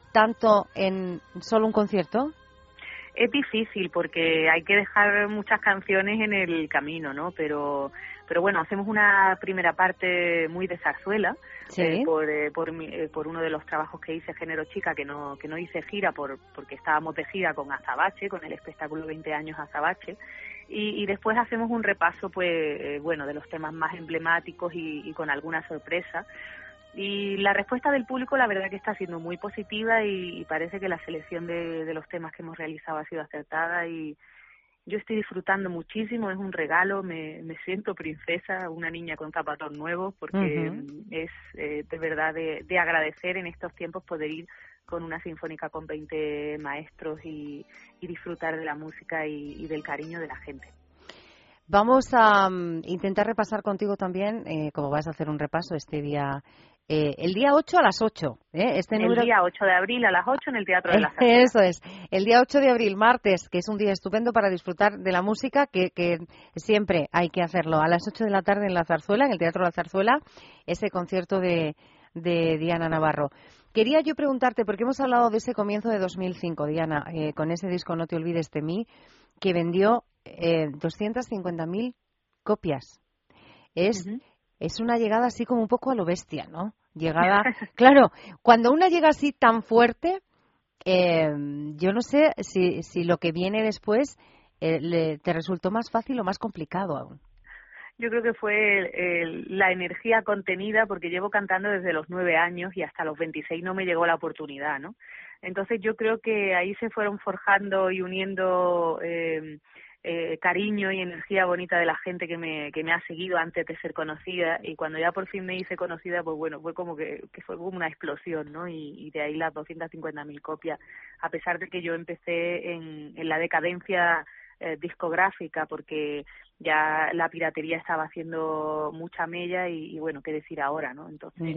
Speaker 1: en solo un concierto?
Speaker 8: Es difícil porque hay que dejar muchas canciones en el camino, ¿no? Pero bueno, hacemos una primera parte muy de zarzuela, ¿sí?, por uno de los trabajos que hice, Género Chica, que no hice gira porque estábamos de gira con Azabache, con el espectáculo 20 años Azabache. Y después hacemos un repaso, pues bueno, de los temas más emblemáticos y con alguna sorpresa. Y la respuesta del público, la verdad que está siendo muy positiva y parece que la selección de los temas que hemos realizado ha sido acertada y yo estoy disfrutando muchísimo. Es un regalo, me siento princesa, una niña con zapatos nuevos, porque es de verdad de agradecer en estos tiempos poder ir con una sinfónica con 20 maestros y disfrutar de la música y del cariño de la gente.
Speaker 1: Vamos a intentar repasar contigo también, como vas a hacer un repaso este día, el día 8 a las 8.
Speaker 8: El día 8 de abril a las 8 en el Teatro de la Zarzuela.
Speaker 1: Eso es, el día 8 de abril, martes, que es un día estupendo para disfrutar de la música, que siempre hay que hacerlo. A las 8 de la tarde en la Zarzuela, en el Teatro de la Zarzuela, ese concierto de Diana Navarro. Quería yo preguntarte, porque hemos hablado de ese comienzo de 2005, Diana, con ese disco No te olvides de mí, que vendió 250.000 copias. Es una llegada así como un poco a lo bestia, ¿no? Llegada, claro, cuando una llega así tan fuerte, yo no sé si lo que viene después te resultó más fácil o más complicado aún.
Speaker 8: Yo creo que fue la energía contenida, porque llevo cantando desde los 9 años y hasta los 26 no me llegó la oportunidad, ¿no? Entonces yo creo que ahí se fueron forjando y uniendo cariño y energía bonita de la gente que me ha seguido antes de ser conocida, y cuando ya por fin me hice conocida, pues bueno, fue como que fue como una explosión, ¿no? Y de ahí las 250.000 copias, a pesar de que yo empecé en la decadencia discográfica, porque ya la piratería estaba haciendo mucha mella y bueno, qué decir ahora, ¿no? Entonces,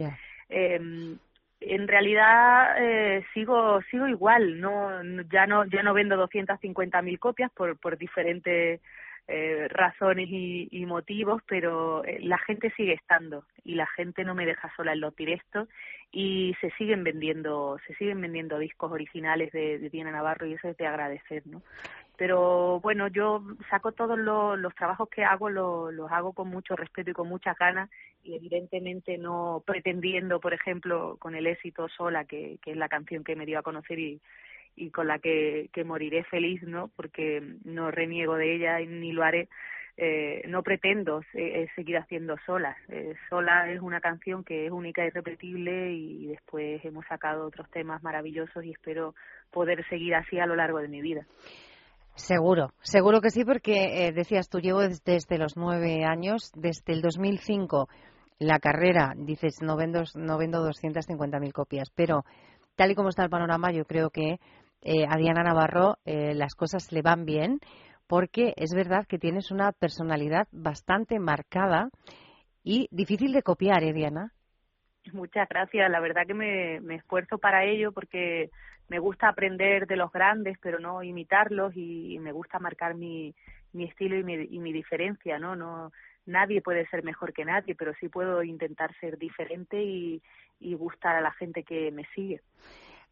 Speaker 8: en realidad sigo igual, ya no vendo 250.000 copias por diferentes razones y motivos, pero la gente sigue estando y la gente no me deja sola en los directos y se siguen vendiendo discos originales de Diana Navarro, y eso es de agradecer, ¿no? Pero bueno, yo saco todos los trabajos que hago, los hago con mucho respeto y con muchas ganas, y evidentemente no pretendiendo, por ejemplo, con el éxito Sola, que es la canción que me dio a conocer y con la que moriré feliz, ¿no? Porque no reniego de ella ni lo haré. No pretendo seguir haciendo Solas. Sola es una canción que es única y irrepetible, y después hemos sacado otros temas maravillosos y espero poder seguir así a lo largo de mi vida.
Speaker 1: Seguro que sí, porque decías tú, llevo desde los 9 años, desde el 2005, la carrera, dices, no vendo 250.000 copias, pero tal y como está el panorama, yo creo que a Diana Navarro las cosas le van bien, porque es verdad que tienes una personalidad bastante marcada y difícil de copiar, Diana.
Speaker 8: Muchas gracias, la verdad que me esfuerzo para ello, porque me gusta aprender de los grandes, pero no imitarlos, y me gusta marcar mi estilo y mi diferencia, ¿no? Nadie puede ser mejor que nadie, pero sí puedo intentar ser diferente y gustar a la gente que me sigue.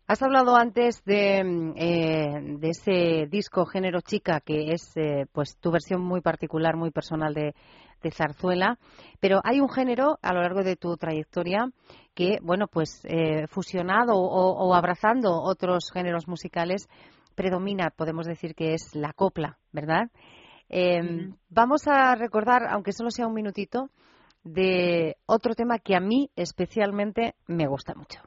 Speaker 1: Has hablado antes de ese disco Género Chica, que es pues tu versión muy particular, muy personal de zarzuela, pero hay un género a lo largo de tu trayectoria que, bueno, pues fusionado o abrazando otros géneros musicales, predomina, podemos decir que es la copla, ¿verdad? Vamos a recordar, aunque solo sea un minutito, de otro tema que a mí especialmente me gusta mucho.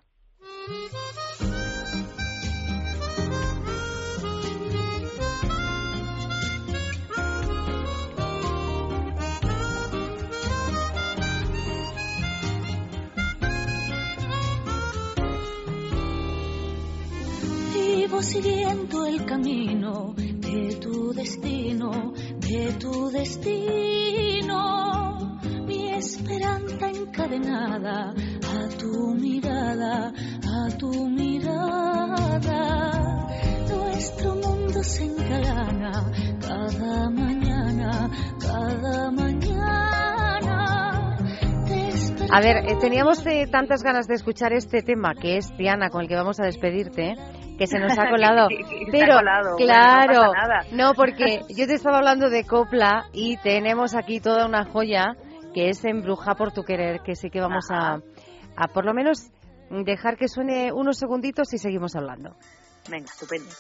Speaker 7: Vivo siguiendo el camino de tu destino, mi esperanza encadenada a tu mirada, nuestro mundo se engalana cada mañana.
Speaker 1: A ver, teníamos tantas ganas de escuchar este tema, que es Diana, con el que vamos a despedirte, que se nos ha colado. Pero, claro, bueno, no, porque yo te estaba hablando de copla y tenemos aquí toda una joya que es Embruja por tu querer, que sí que vamos a por lo menos dejar que suene unos segunditos y seguimos hablando.
Speaker 8: Venga, estupendo.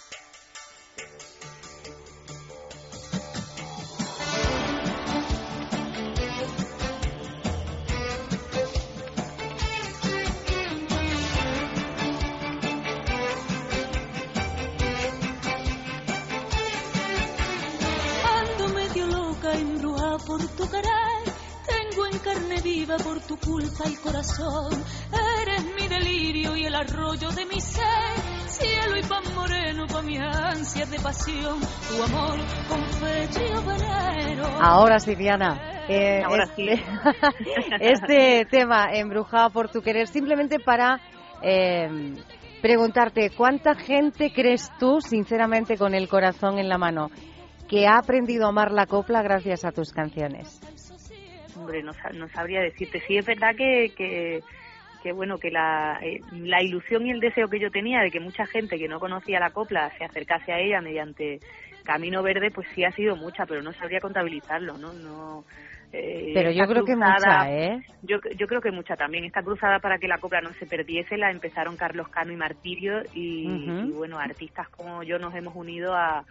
Speaker 7: Por tu querer, tengo en carne viva por tu culpa el corazón. Eres mi delirio y el arroyo de mi ser, cielo y pan moreno pa' mi ansia de pasión, tu amor con fecha y veneno.
Speaker 1: Ahora sí, Diana.
Speaker 8: Ahora sí.
Speaker 1: Este tema, Embrujada por tu querer, simplemente para preguntarte, ¿cuánta gente crees tú, sinceramente, con el corazón en la mano, que ha aprendido a amar la copla gracias a tus canciones?
Speaker 8: Hombre, no sabría decirte. Sí, es verdad que bueno, que la ilusión y el deseo que yo tenía de que mucha gente que no conocía la copla se acercase a ella mediante Camino Verde, pues sí ha sido mucha, pero no sabría contabilizarlo, ¿no?
Speaker 1: Pero yo creo cruzada, que mucha,
Speaker 8: Yo creo que mucha también. Esta cruzada para que la copla no se perdiese la empezaron Carlos Cano y Martirio y bueno, artistas como yo nos hemos unido a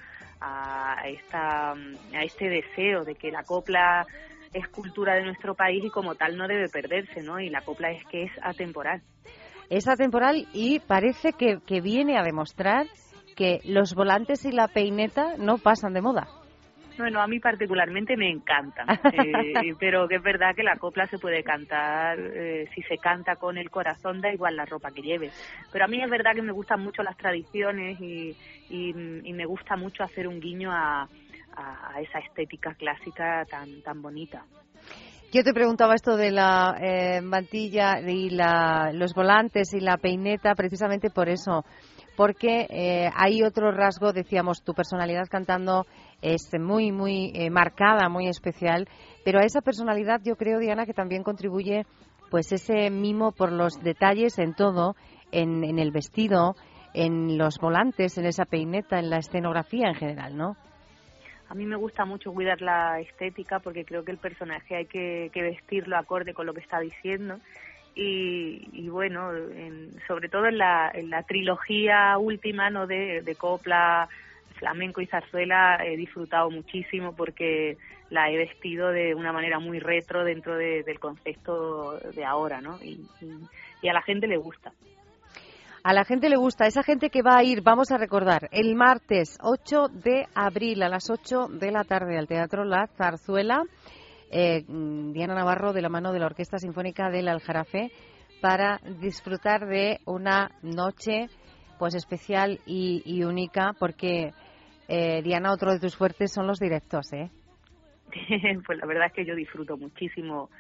Speaker 8: este deseo de que la copla es cultura de nuestro país y como tal no debe perderse, ¿no? Y la copla es atemporal.
Speaker 1: Es atemporal y parece que viene a demostrar que los volantes y la peineta no pasan de moda.
Speaker 8: Bueno, a mí particularmente me encantan, pero que es verdad que la copla se puede cantar, si se canta con el corazón, da igual la ropa que lleves. Pero a mí es verdad que me gustan mucho las tradiciones y me gusta mucho hacer un guiño a esa estética clásica tan bonita.
Speaker 1: Yo te preguntaba esto de la mantilla y los volantes y la peineta precisamente por eso, porque hay otro rasgo, decíamos, tu personalidad cantando es muy marcada, muy especial, pero a esa personalidad yo creo, Diana, que también contribuye pues ese mimo por los detalles en todo, en el vestido, en los volantes, en esa peineta, en la escenografía en general, ¿no?
Speaker 8: A mí me gusta mucho cuidar la estética porque creo que el personaje hay que vestirlo acorde con lo que está diciendo. Y bueno, sobre todo en la trilogía última, ¿no? de copla, flamenco y zarzuela, he disfrutado muchísimo porque la he vestido de una manera muy retro dentro del concepto de ahora, ¿no? Y a la gente le gusta.
Speaker 1: A la gente le gusta, esa gente que va a ir, vamos a recordar, el martes 8 de abril a las 8 de la tarde al Teatro La Zarzuela, Diana Navarro de la mano de la Orquesta Sinfónica del Aljarafe, para disfrutar de una noche pues especial y única, porque Diana, otro de tus fuertes son los directos, ¿eh?
Speaker 8: Pues la verdad es que yo disfruto muchísimo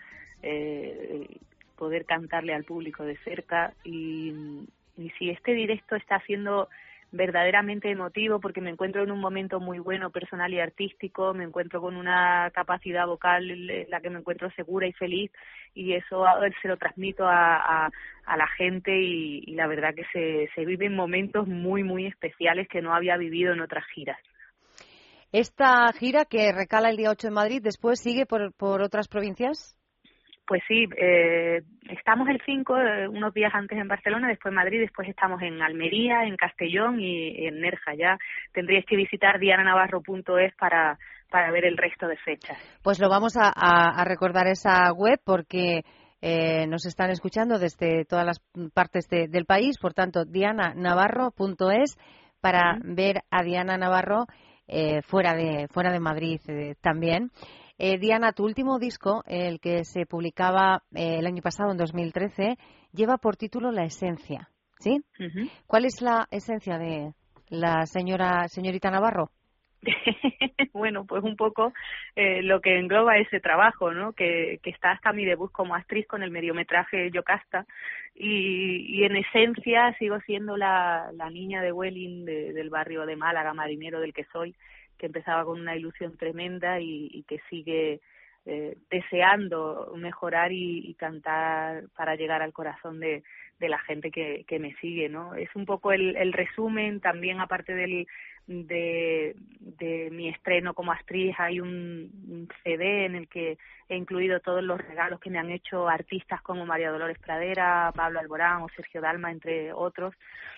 Speaker 8: poder cantarle al público de cerca y si este directo está siendo verdaderamente emotivo, porque me encuentro en un momento muy bueno personal y artístico, me encuentro con una capacidad vocal en la que me encuentro segura y feliz, y eso se lo transmito a la gente, y la verdad que se viven momentos muy, muy especiales que no había vivido en otras giras.
Speaker 1: Esta gira, que recala el día 8 en Madrid, ¿después sigue por otras provincias?
Speaker 8: Pues sí, estamos el 5, unos días antes en Barcelona, después en Madrid, después estamos en Almería, en Castellón y en Nerja. Ya tendríais que visitar diananavarro.es para ver el resto de fechas. Pues
Speaker 1: lo vamos a recordar esa web, porque nos están escuchando desde todas las partes del país, por tanto, diananavarro.es para ver a Diana Navarro fuera de Madrid también. Diana, tu último disco, el que se publicaba el año pasado, en 2013, lleva por título La Esencia, ¿sí? Uh-huh. ¿Cuál es la esencia de la señorita Navarro?
Speaker 8: Bueno, pues un poco lo que engloba ese trabajo, ¿no? Que está hasta mi debut como actriz con el mediometraje Yocasta, y en esencia sigo siendo la niña de Welling, del barrio de Málaga, marinero del que soy, que empezaba con una ilusión tremenda y que sigue deseando mejorar y cantar para llegar al corazón de la gente que me sigue, ¿no? Es un poco el resumen. También, aparte de mi estreno como actriz, hay un CD en el que he incluido todos los regalos que me han hecho artistas como María Dolores Pradera, Pablo Alborán o Sergio Dalma, entre otros,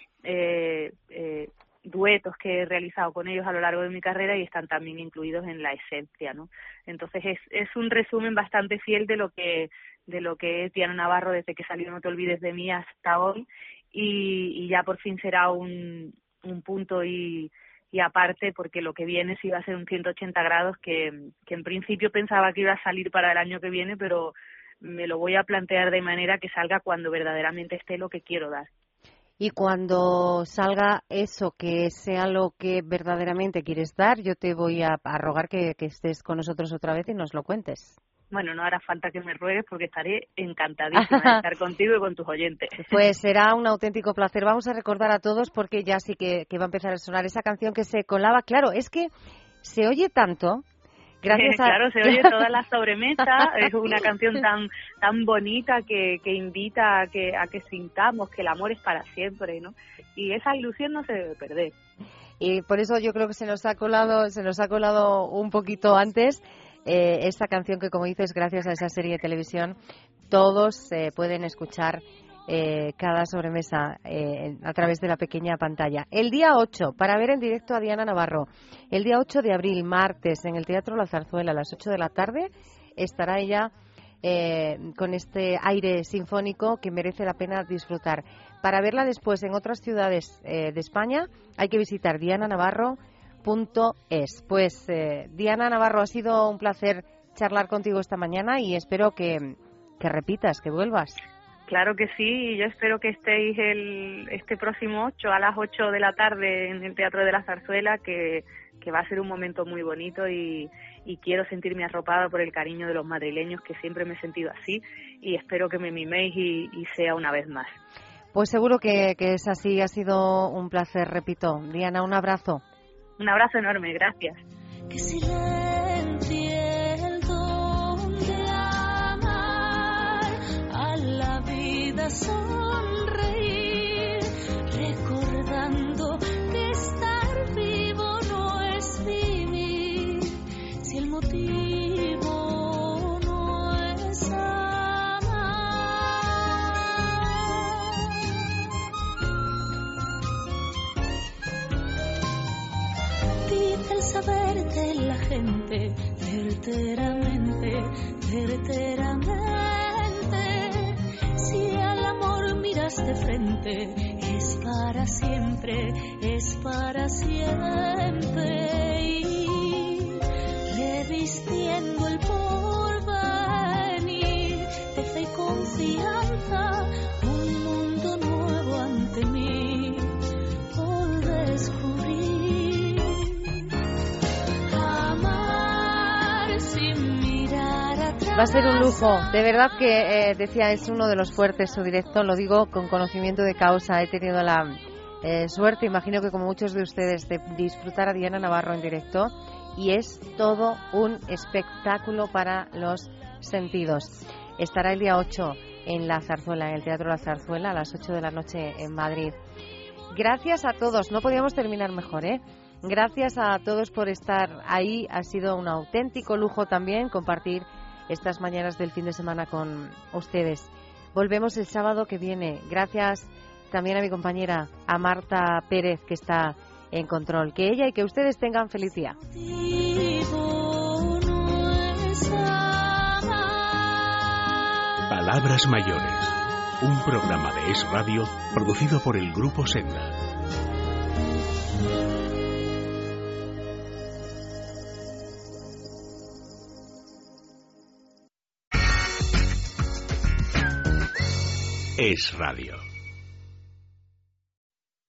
Speaker 8: duetos que he realizado con ellos a lo largo de mi carrera, y están también incluidos en La Esencia, ¿no? Entonces es un resumen bastante fiel de lo que es Diana Navarro desde que salió No te olvides de mí hasta hoy, y ya por fin será un punto y aparte, porque lo que viene sí va a ser un 180 grados que en principio pensaba que iba a salir para el año que viene, pero me lo voy a plantear de manera que salga cuando verdaderamente esté lo que quiero dar.
Speaker 1: Y cuando salga eso, que sea lo que verdaderamente quieres dar, yo te voy a rogar que estés con nosotros otra vez y nos lo cuentes.
Speaker 8: Bueno, no hará falta que me ruegues, porque estaré encantadísima de estar contigo y con tus oyentes.
Speaker 1: Pues será un auténtico placer. Vamos a recordar a todos, porque ya sí que va a empezar a sonar esa canción que se colaba. Claro, es que se oye tanto. Gracias a...
Speaker 8: Claro, se oye toda la sobremesa. Es una canción tan bonita que invita a que sintamos que el amor es para siempre, ¿no? Y esa ilusión no se debe perder.
Speaker 1: Y por eso yo creo que se nos ha colado un poquito antes esta canción, que, como dices, gracias a esa serie de televisión todos pueden escuchar cada sobremesa a través de la pequeña pantalla. El día 8, para ver en directo a Diana Navarro, el día 8 de abril, martes, en el Teatro La Zarzuela, a las 8 de la tarde, estará ella con este aire sinfónico que merece la pena disfrutar. Para verla después en otras ciudades de España, hay que visitar diananavarro.es. Pues Diana Navarro, ha sido un placer charlar contigo esta mañana, y espero que repitas, que vuelvas.
Speaker 8: Claro que sí, y yo espero que estéis este próximo 8 a las 8 de la tarde en el Teatro de la Zarzuela, que va a ser un momento muy bonito, y quiero sentirme arropada por el cariño de los madrileños, que siempre me he sentido así, y espero que me miméis y sea una vez más.
Speaker 1: Pues seguro que es así. Ha sido un placer, repito. Diana, un abrazo.
Speaker 8: Un abrazo enorme, gracias.
Speaker 7: Que silencie el don de amar, a la vida sonreír, recordando que estar vivo no es vivir, si el motivo no es amar. Dice el saber de la gente, verdaderamente, si al amor miras de frente, es para siempre, y revistiendo el porvenir de fe y confianza, un mundo nuevo ante mí por descubrir.
Speaker 1: Va a ser un lujo, de verdad que decía, es uno de los fuertes su directo, lo digo con conocimiento de causa. He tenido la suerte, imagino que como muchos de ustedes, de disfrutar a Diana Navarro en directo, y es todo un espectáculo para los sentidos. Estará el día 8 en La Zarzuela, en el Teatro La Zarzuela, a las 8 de la noche en Madrid. Gracias a todos, no podíamos terminar mejor, ¿eh? Gracias a todos por estar ahí, ha sido un auténtico lujo también compartir estas mañanas del fin de semana con ustedes. Volvemos el sábado que viene. Gracias también a mi compañera, a Marta Pérez, que está en control. Que ella y que ustedes tengan feliz día.
Speaker 2: Palabras Mayores, un programa de Es Radio producido por el Grupo Senda. Es Radio.